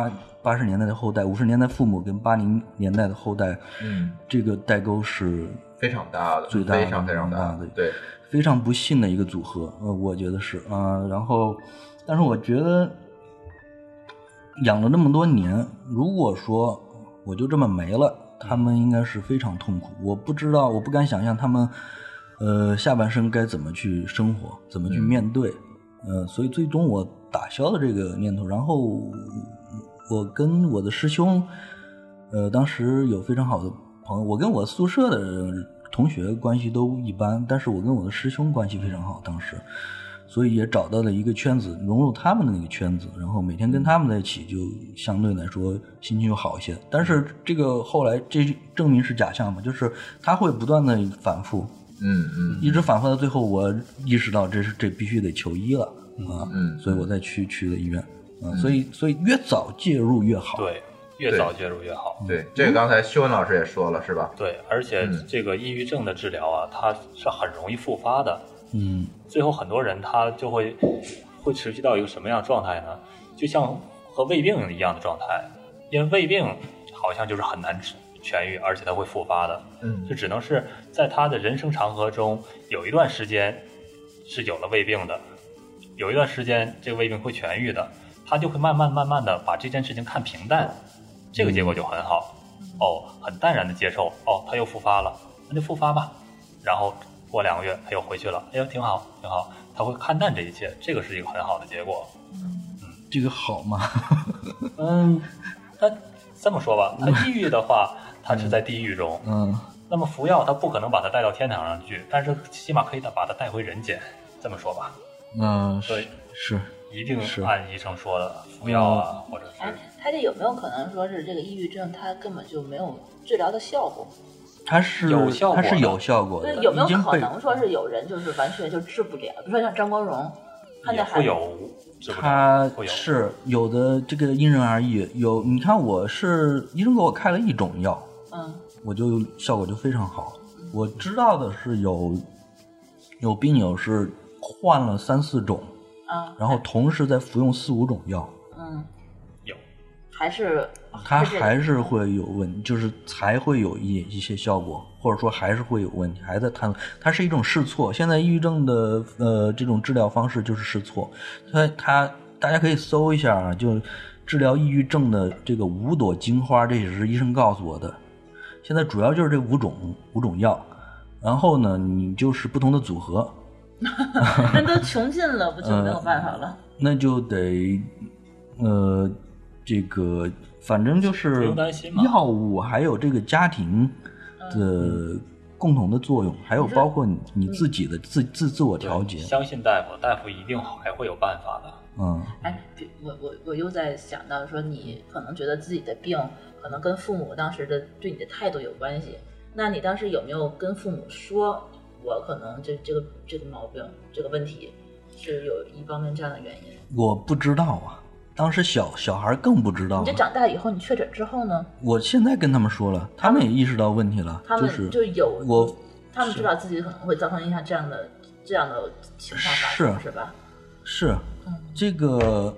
80年代的后代，50年代父母跟80年代的后代，这个代沟是非常大的， 最大的， 非常非常大的，对， 非常不幸的一个组合。我觉得是然后，但是我觉得养了那么多年，如果说我就这么没了，他们应该是非常痛苦。我不知道，我不敢想象他们下半生该怎么去生活，怎么去面对。所以最终我打消了这个念头。然后我跟我的师兄，当时有非常好的朋友，我跟我宿舍的同学关系都一般，但是我跟我的师兄关系非常好，当时，所以也找到了一个圈子，融入他们的那个圈子，然后每天跟他们在一起，就相对来说心情就好一些。但是这个后来这证明是假象嘛，就是他会不断的反复，一直反复到最后，我意识到这必须得求医了所以我再去了医院所以越早介入越好。 对。越早介入越好。 对，这个刚才修文老师也说了，是吧？ 对，而且这个抑郁症的治疗啊，它是很容易复发的。最后很多人他就会持续到一个什么样的状态呢？就像和胃病一样的状态，因为胃病好像就是很难痊愈，而且它会复发的。就只能是在他的人生长河中有一段时间是有了胃病的，有一段时间这个胃病会痊愈的，他就会慢慢的把这件事情看平淡。这个结果就很好很淡然的接受他又复发了，那就复发吧，然后过2个月他又回去了，哎呦挺好，他会看淡这一切，这个是一个很好的结果。 这个好吗？ 他这么说吧，他抑郁的话他是在地狱中，那么服药他不可能把他带到天堂上去，但是起码可以把他带回人间，这么说吧。 对，是一定按医生说的服药啊，或者是。 他这有没有可能说是这个抑郁症，他根本就没有治疗的效果？ 它是有效果的。 对，有没有可能说是有人就是完全就治不了？比如说像张国荣， 也会有。 他是有的，这个因人而异。有，你看我是医生给我开了一种药，我就效果就非常好。我知道的是有病友是换了3、4种，然后同时在服用4、5种药， 有， 他还是会有问题，就是才会有一些效果，或者说还是会有问题，还在谈。它是一种试错。现在抑郁症的这种治疗方式就是试错。大家可以搜一下啊，就治疗抑郁症的这个5朵金花，这也是医生告诉我的。现在主要就是这5种药，然后呢，你就是不同的组合。 那都穷尽了，不就没有办法了？ 那就得这个反正就是药物还有这个家庭的共同的作用，还有包括你自己的自我调节。 相信大夫一定还会有办法的。 我又在想到说，你可能觉得自己的病可能跟父母当时的对你的态度有关系。那你当时有没有跟父母说，我可能这个毛病这个问题是有一方面这样的原因？我不知道啊。当时小孩更不知道。 你这长大以后，你确诊之后呢？ 我现在跟他们说了，他们也意识到问题了。 他们就他们知道自己可能会造成影响这样的情况发生，是吧？ 是，这个，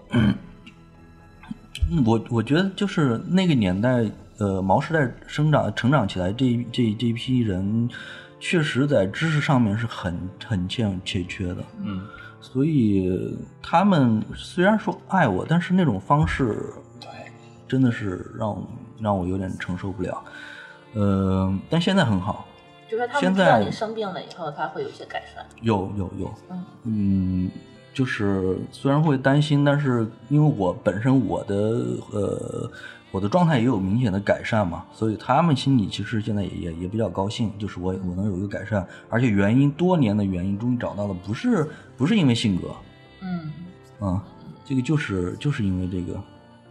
我觉得就是那个年代，毛时代成长起来这一批人，确实在知识上面是很欠缺的。所以他们虽然说爱我，但是那种方式，对，真的是让我有点承受不了。但现在很好。 就是他们知道你生病了以后，他会有一些改善。 有，就是虽然会担心，但是因为我本身我的状态也有明显的改善嘛，所以他们心里其实现在也比较高兴，就是我能有一个改善，而且多年的原因终于找到了，不是因为性格，这个就是因为这个，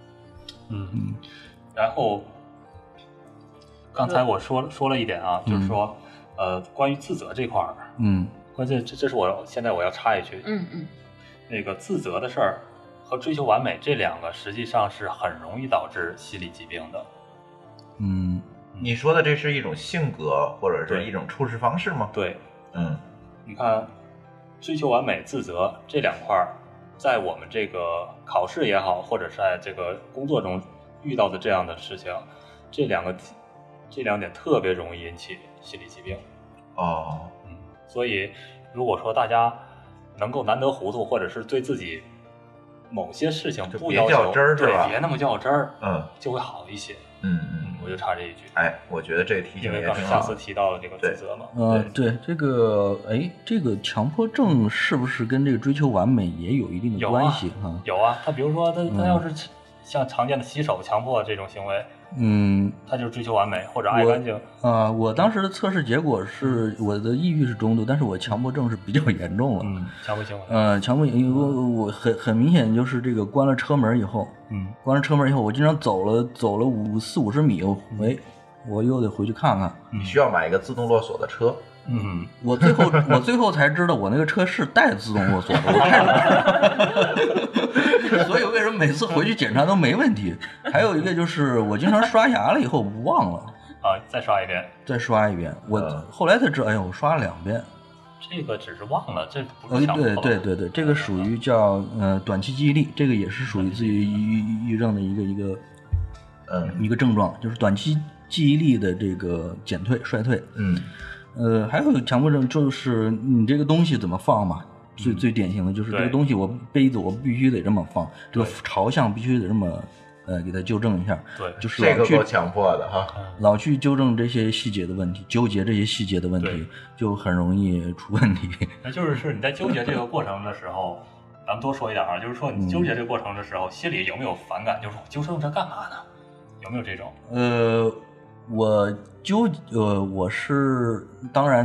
然后刚才我说了一点啊，就是说关于自责这块儿，关键这是现在我要插一句，那个自责的事儿和追求完美这两个实际上是很容易导致心理疾病的。 你说的这是一种性格或者是一种处事方式吗？ 对，你看追求完美、自责这两块，在我们这个考试也好，或者是在这个工作中遇到的这样的事情，这两点特别容易引起心理疾病。所以如果说大家能够难得糊涂，或者是对自己某些事情不要求，对，别那么较真儿，就会好一些。我就插这一句。 我觉得这个提醒也挺好。 因为刚才下次提到了这个自责嘛。 对，这个强迫症是不是跟这个追求完美也有一定的关系哈？ 有啊，他比如说他要是像常见的洗手强迫这种行为，他就是追求完美或者爱干净。 我当时的测试结果是我的抑郁是中度，但是我强迫症是比较严重了。 强迫行为。 强迫，因为我很明显就是这个关了车门以后，我经常走了40-50米，我又得回去看看。 你需要买一个自动落锁的车。 我最后才知道我那个车是带自动落锁的，所以为什么每次回去检查都没问题？还有一个就是我经常刷牙了以后忘了再刷一遍， 我后来才知道，我刷了2遍。 这个只是忘了，这不是强迫。 对，这个属于叫短期记忆力，这个也是属于自于抑郁症的一个症状，就是短期记忆力的这个衰退。还有强迫症，就是你这个东西怎么放嘛，最典型的就是这个东西，杯子我必须得这么放，这个朝向必须得这么给它纠正一下。 对， 就是这个够强迫的哈， 老去纠正这些细节的问题，纠结这些细节的问题，就很容易出问题。 那就是你在纠结这个过程的时候，咱们多说一点啊，就是说你纠结这个过程的时候，心里有没有反感？就是我纠正这干嘛呢？有没有这种？ 我是当然，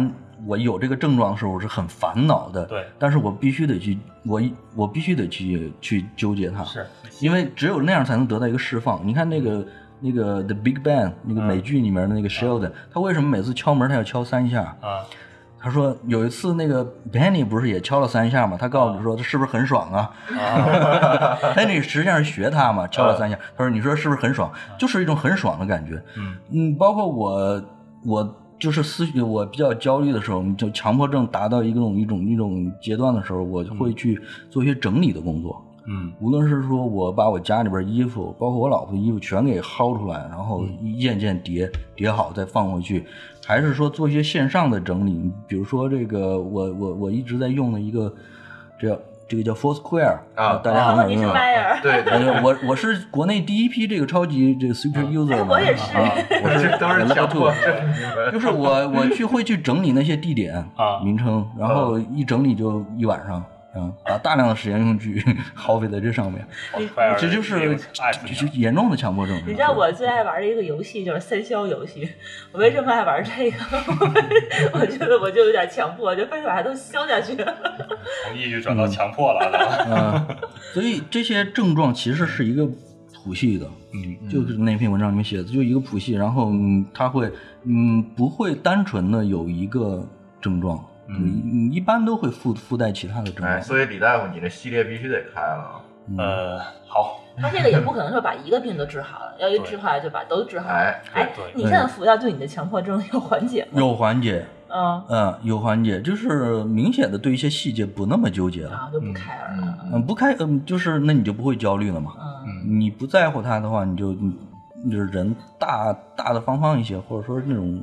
我有这个症状的时候，我是很烦恼的。 对， 但是我必须得去，我必须得去纠结它， 是因为只有那样才能得到一个释放。你看那个 The Big Bang 那个美剧里面的那个 Sheldon，他为什么每次敲门他要敲3下？他说有一次那个 Penny 不是也敲了3下吗？他告诉你说他是不是很爽啊？Penny 实际上是学他嘛，敲了3下。他说你说是不是很爽？就是一种很爽的感觉。包括我就是我比较焦虑的时候，就强迫症达到一种阶段的时候，我就会去做一些整理的工作。无论是说我把我家里边衣服，包括我老婆的衣服全给薅出来，然后一件件叠好再放回去，还是说做一些线上的整理，比如说这个我一直在用的一个这个叫 Foursquare 大家很有用。对，我是国内第一批这个超级这个 super user 我也是， 我是都是强迫症， 就是我会去整理那些地点名称，然后一整理就一晚上。把大量的时间用去耗费在这上面，这就是严重的强迫症。 你知道我最爱玩的一个游戏就是3消游戏，我为什么爱玩这个？我觉得我就有点强迫，就非把它都消下去。 从抑郁转到强迫了， 所以这些症状其实是一个谱系的，就是那篇文章里面写的，就一个谱系，然后它会不会单纯的有一个症状。一般都会附带其他的症状。 所以李大夫，你这系列必须得开了。 好。 他这个也不可能说把一个病都治好了，要一治好了就把都治好了。你现在服药对你的强迫症有缓解吗？ 有缓解，有缓解，就是明显的对一些细节不那么纠结了， 就不开了。 不开，就是那你就不会焦虑了嘛。你不在乎它的话，就是人大的方一些，或者说是那种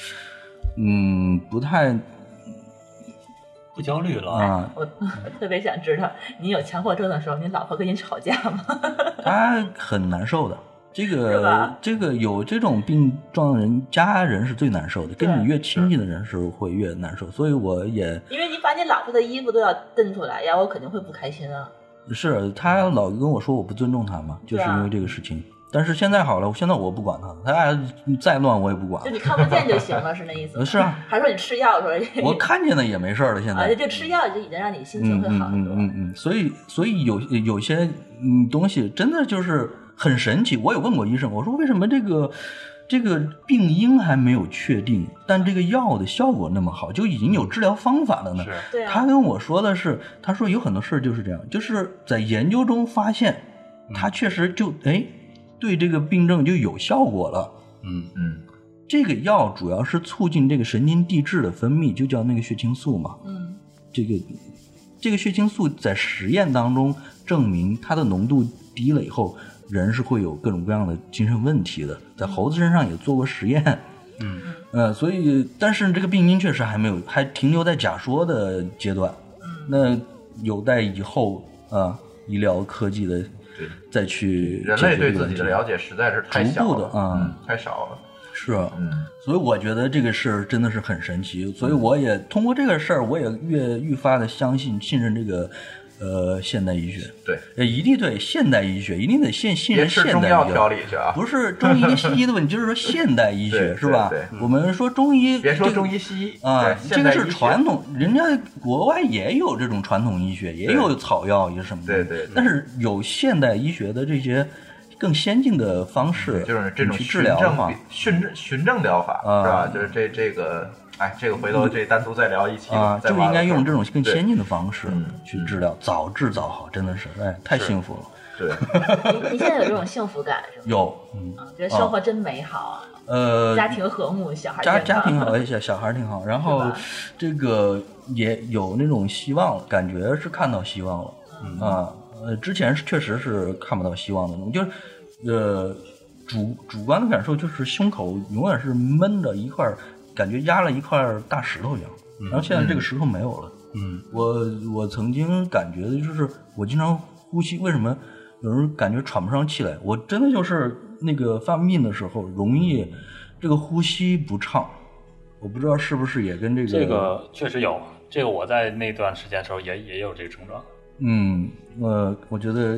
不太。 不焦虑了我特别想知道，你有强迫症的时候，你老婆跟你吵架吗？ 她很难受的。这个有这种病状的人，家人是最难受的，跟你越亲近的人是会越难受。所以我也因为你把你老婆的衣服都要蹬出来呀，我肯定会不开心啊。 是他老跟我说我不尊重他嘛，就是因为这个事情。但是现在好了，现在我不管他，他再乱我也不管。 就你看不见就行了，是那意思吗？ 是啊。 还说你吃药的时候， 我看见了也没事了。现在就吃药就已经让你心情会好很多。 所以有些东西真的就是很神奇。我有问过医生，我说为什么这个病因还没有确定，但这个药的效果那么好，就已经有治疗方法了呢？ 对啊。 他跟我说的是，他说有很多事就是这样，就是在研究中发现，他确实就对这个病症就有效果了。这个药主要是促进这个神经递质的分泌，就叫那个血清素嘛。这个血清素在实验当中证明它的浓度低了以后，人是会有各种各样的精神问题的。在猴子身上也做过实验。所以但是这个病因确实还停留在假说的阶段。那有待以后医疗科技的再去人类对自己的了解实在是太小了， 逐步的太少了。 是，所以我觉得这个事儿真的是很神奇。所以我也通过这个事儿，我也愈发的信任这个现代医学。 对， 一定对现代医学，一定得信任现代医学。别吃中药调理去啊！ 不是中医跟西医的问题，就是说现代医学是吧？ 对， 我们说中医， 别说中医西医这个是传统，人家国外也有这种传统医学，也有草药也什么的。 对。 但是有现代医学的这些更先进的方式， 就是这种治疗法、 循证疗法是吧？就是这个。这个回头这单独再聊一期就应该用这种更先进的方式去治疗，早治早好，真的是太幸福了。 对， 你现在有这种幸福感是吗？ 有， 觉得生活真美好啊。家庭和睦，小孩家庭好，小孩挺好，然后这个也有那种希望了，感觉是看到希望了之前确实是看不到希望的，就是主观的感受就是胸口永远是闷着一块。感觉压了一块大石头一样，然后现在这个石头没有了。我曾经感觉的就是我经常呼吸，为什么有人感觉喘不上气来？我真的就是那个发病的时候容易这个呼吸不畅，我不知道是不是也跟这个确实有，这个我在那段时间的时候也有这个症状。 我觉得，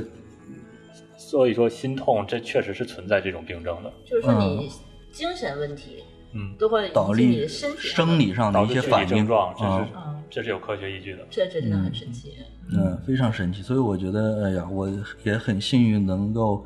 所以说心痛这确实是存在这种病症的， 就是说你精神问题。 都会导致你生理上的一些反应症状，这是有科学依据的。 这真的很神奇。 非常神奇。所以我觉得，哎呀，我也很幸运能够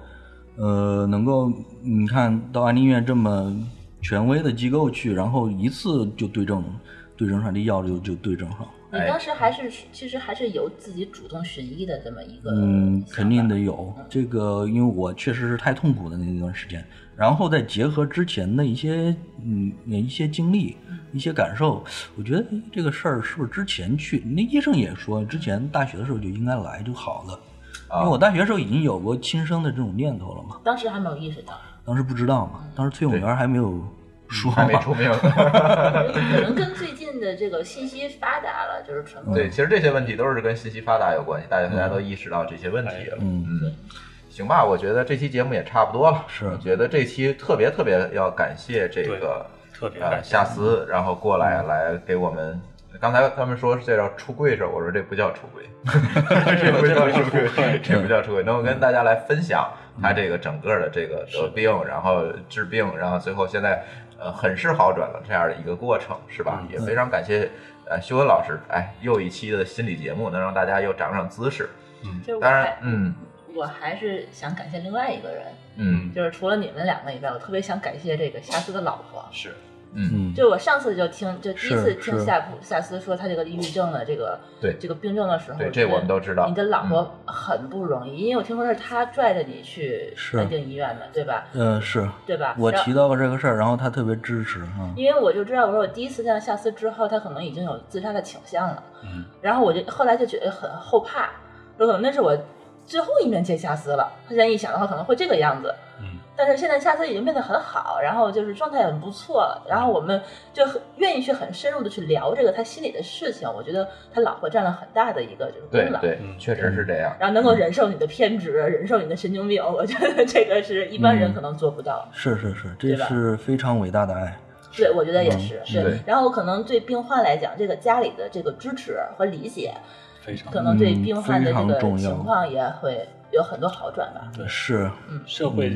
你看到安利院这么权威的机构去，然后一次就对症上，这药就对症上。 你当时其实还是有自己主动寻医的这么一个肯定得有这个，因为我确实是太痛苦的那段时间，然后再结合之前的一些经历、一些感受，我觉得这个事儿是不是之前去，那医生也说之前大学的时候就应该来就好了，因为我大学的时候已经有过轻生的这种念头了嘛。 当时还没有意识到， 当时不知道嘛，当时崔永元还没有说， 还没出名。 可能跟最近的这个信息发达了，就是传播。 对，其实这些问题都是跟信息发达有关系，大家都意识到这些问题了。行吧，我觉得这期节目也差不多了。 是， 我觉得这期特别要感谢这个特别感谢夏思，然后过来给我们。刚才他们说这叫出柜时候，我说这不叫出柜，这不叫出柜，这不叫出柜。能够跟大家来分享他这个整个的这个得病，然后治病，然后最后现在很是好转了这样的一个过程，是吧？也非常感谢修文老师，又一期的心理节目能让大家又长姿势。当然， 我还是想感谢另外一个人，就是除了你们两个以外，我特别想感谢这个夏思的老婆。 是。 就我上次就第一次听夏思说他这个抑郁症的这个病症的时候， 对，这我们都知道。 你的老婆很不容易，因为我听说是他拽着你去安定医院的，对吧？ 是， 对吧？ 我提到过这个事儿，然后他特别支持因为我就知道，我说我第一次见到夏思之后，他可能已经有自杀的倾向了。然后我就后来就觉得很后怕，有可能那是我最后一面见夏思了。他现在一想的话，可能会这个样子。但是现在夏思已经变得很好，然后就是状态也很不错了，然后我们就愿意去很深入的去聊这个他心里的事情。我觉得他老婆占了很大的一个就是功劳， 对，确实是这样。 然后能够忍受你的偏执，忍受你的神经病，我觉得这个是一般人可能做不到。 是，这是非常伟大的爱。 对，我觉得也是。对，然后可能对病患来讲，这个家里的这个支持和理解，可能对病患的这个情况也会有很多好转吧。 对，是， 社会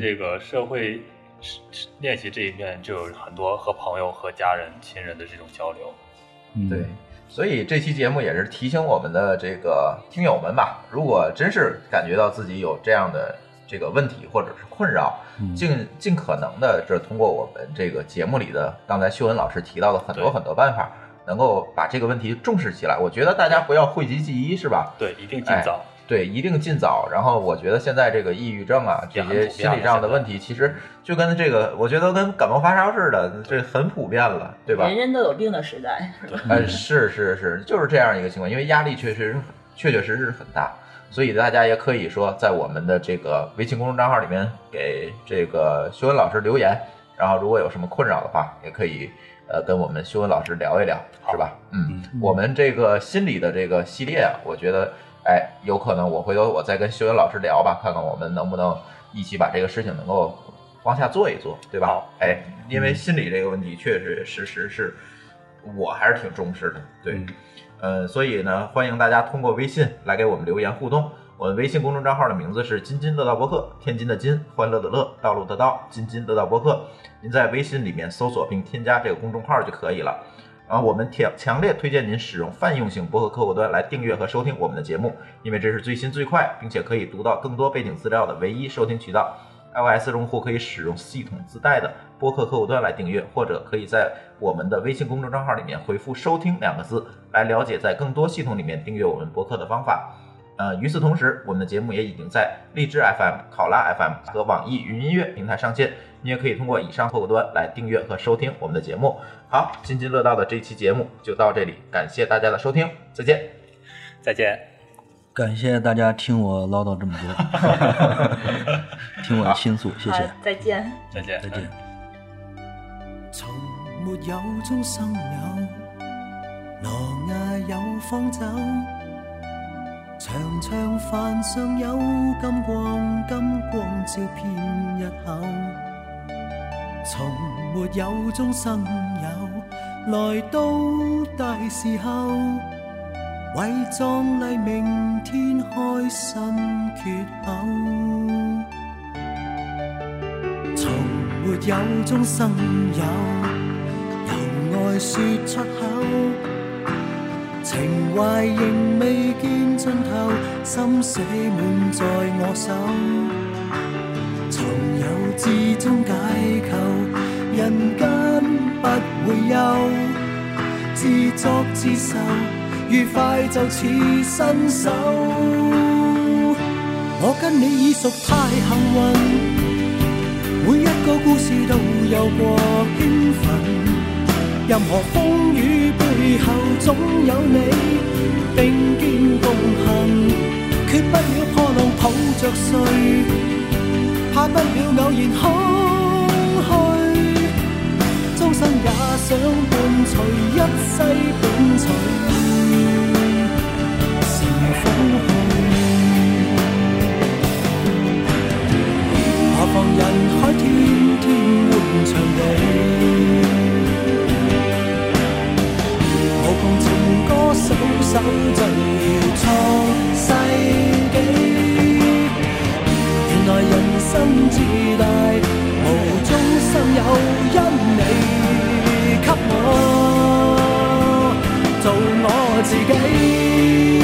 练习这一面就有很多和朋友和家人亲人的这种交流。 对，所以这期节目也是提醒我们的这个听友们吧，如果真是感觉到自己有这样的这个问题或者是困扰，尽可能的这通过我们这个节目里的刚才秀文老师提到的很多办法，能够把这个问题重视起来。我觉得大家不要讳疾忌医，是吧？ 对，一定尽早。 对，一定尽早。然后我觉得现在这个抑郁症啊，这些心理上的问题，其实就跟这个，我觉得跟感冒发烧似的，这很普遍了，对吧？ 人人都有病的时代。 是，就是这样一个情况，因为压力确实是很大，所以大家也可以说在我们的这个微信公众账号里面给这个修文老师留言，然后如果有什么困扰的话，也可以跟我们修文老师聊一聊，是吧？我们这个心理的这个系列啊，我觉得。有可能回头我再跟修文老师聊吧，看看我们能不能一起把这个事情能够往下做一做，对吧？因为心理这个问题确实是我还是挺重视的，对，所以呢，欢迎大家通过微信来给我们留言互动。我们微信公众账号的名字是津津乐道播客，天津的津，欢乐的乐，道路的道，津津乐道播客。您在微信里面搜索并添加这个公众号就可以了。然后我们强烈推荐您使用泛用性播客客户端来订阅和收听我们的节目，因为这是最新最快并且可以读到更多背景资料的唯一收听渠道。iOS 用户可以使用系统自带的播客客户端来订阅，或者可以在我们的微信公众账号里面回复收听2个字来了解在更多系统里面订阅我们播客的方法。与此同时，我们的节目也已经在荔枝 FM、考拉 FM 和网易云音乐平台上线，你也可以通过以上客户端来订阅和收听我们的节目。好，津津乐道的这期节目就到这里，感谢大家的收听，再见。 再见。 感谢大家听我唠叨这么多，听我倾诉，谢谢。 再见。 再见。 从沒有中生有，挪亞有方酒。長長飯上有金光照遍日後，從沒有中生有，來到大時候，為壯麗明天開新缺口。從沒有中生有， 說出口，情懷仍未見盡頭，心死滿在我手，從有至終解構，人間不會休，自作自受，愉快就似新手。我跟你已屬太幸運，每一個故事都有過興奮，任何風雨背後總有你並肩共行，決不了破浪抱着睡，怕不了偶然空虛，終生也想伴隨一世伴隨，乘風去。何妨人海天天換場地，無窮情歌手手就要創世紀。原來人生至大，無中生有，因你給我做我自己。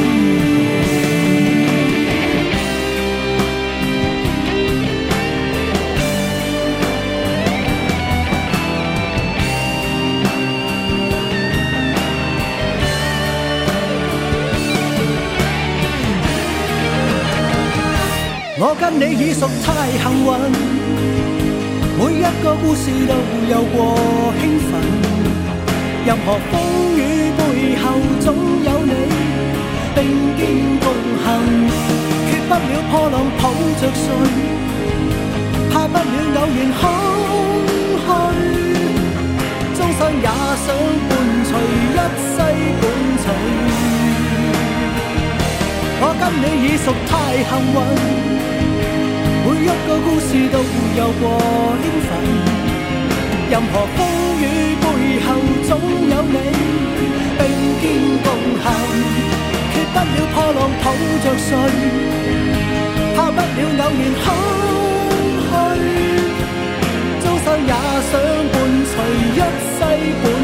我跟你已屬太幸運，每一個故事都有過興奮，任何風雨背後總有你並肩共行，決不了破浪抱着睡，怕不了偶然空虛，終生也想伴隨一世伴隨。我跟你已屬太幸運，每一個故事都有過興奮，任何風雨背後總有你並肩共行，決不了破浪抱着睡，怕不了偶然空虛，終生也想伴隨一世伴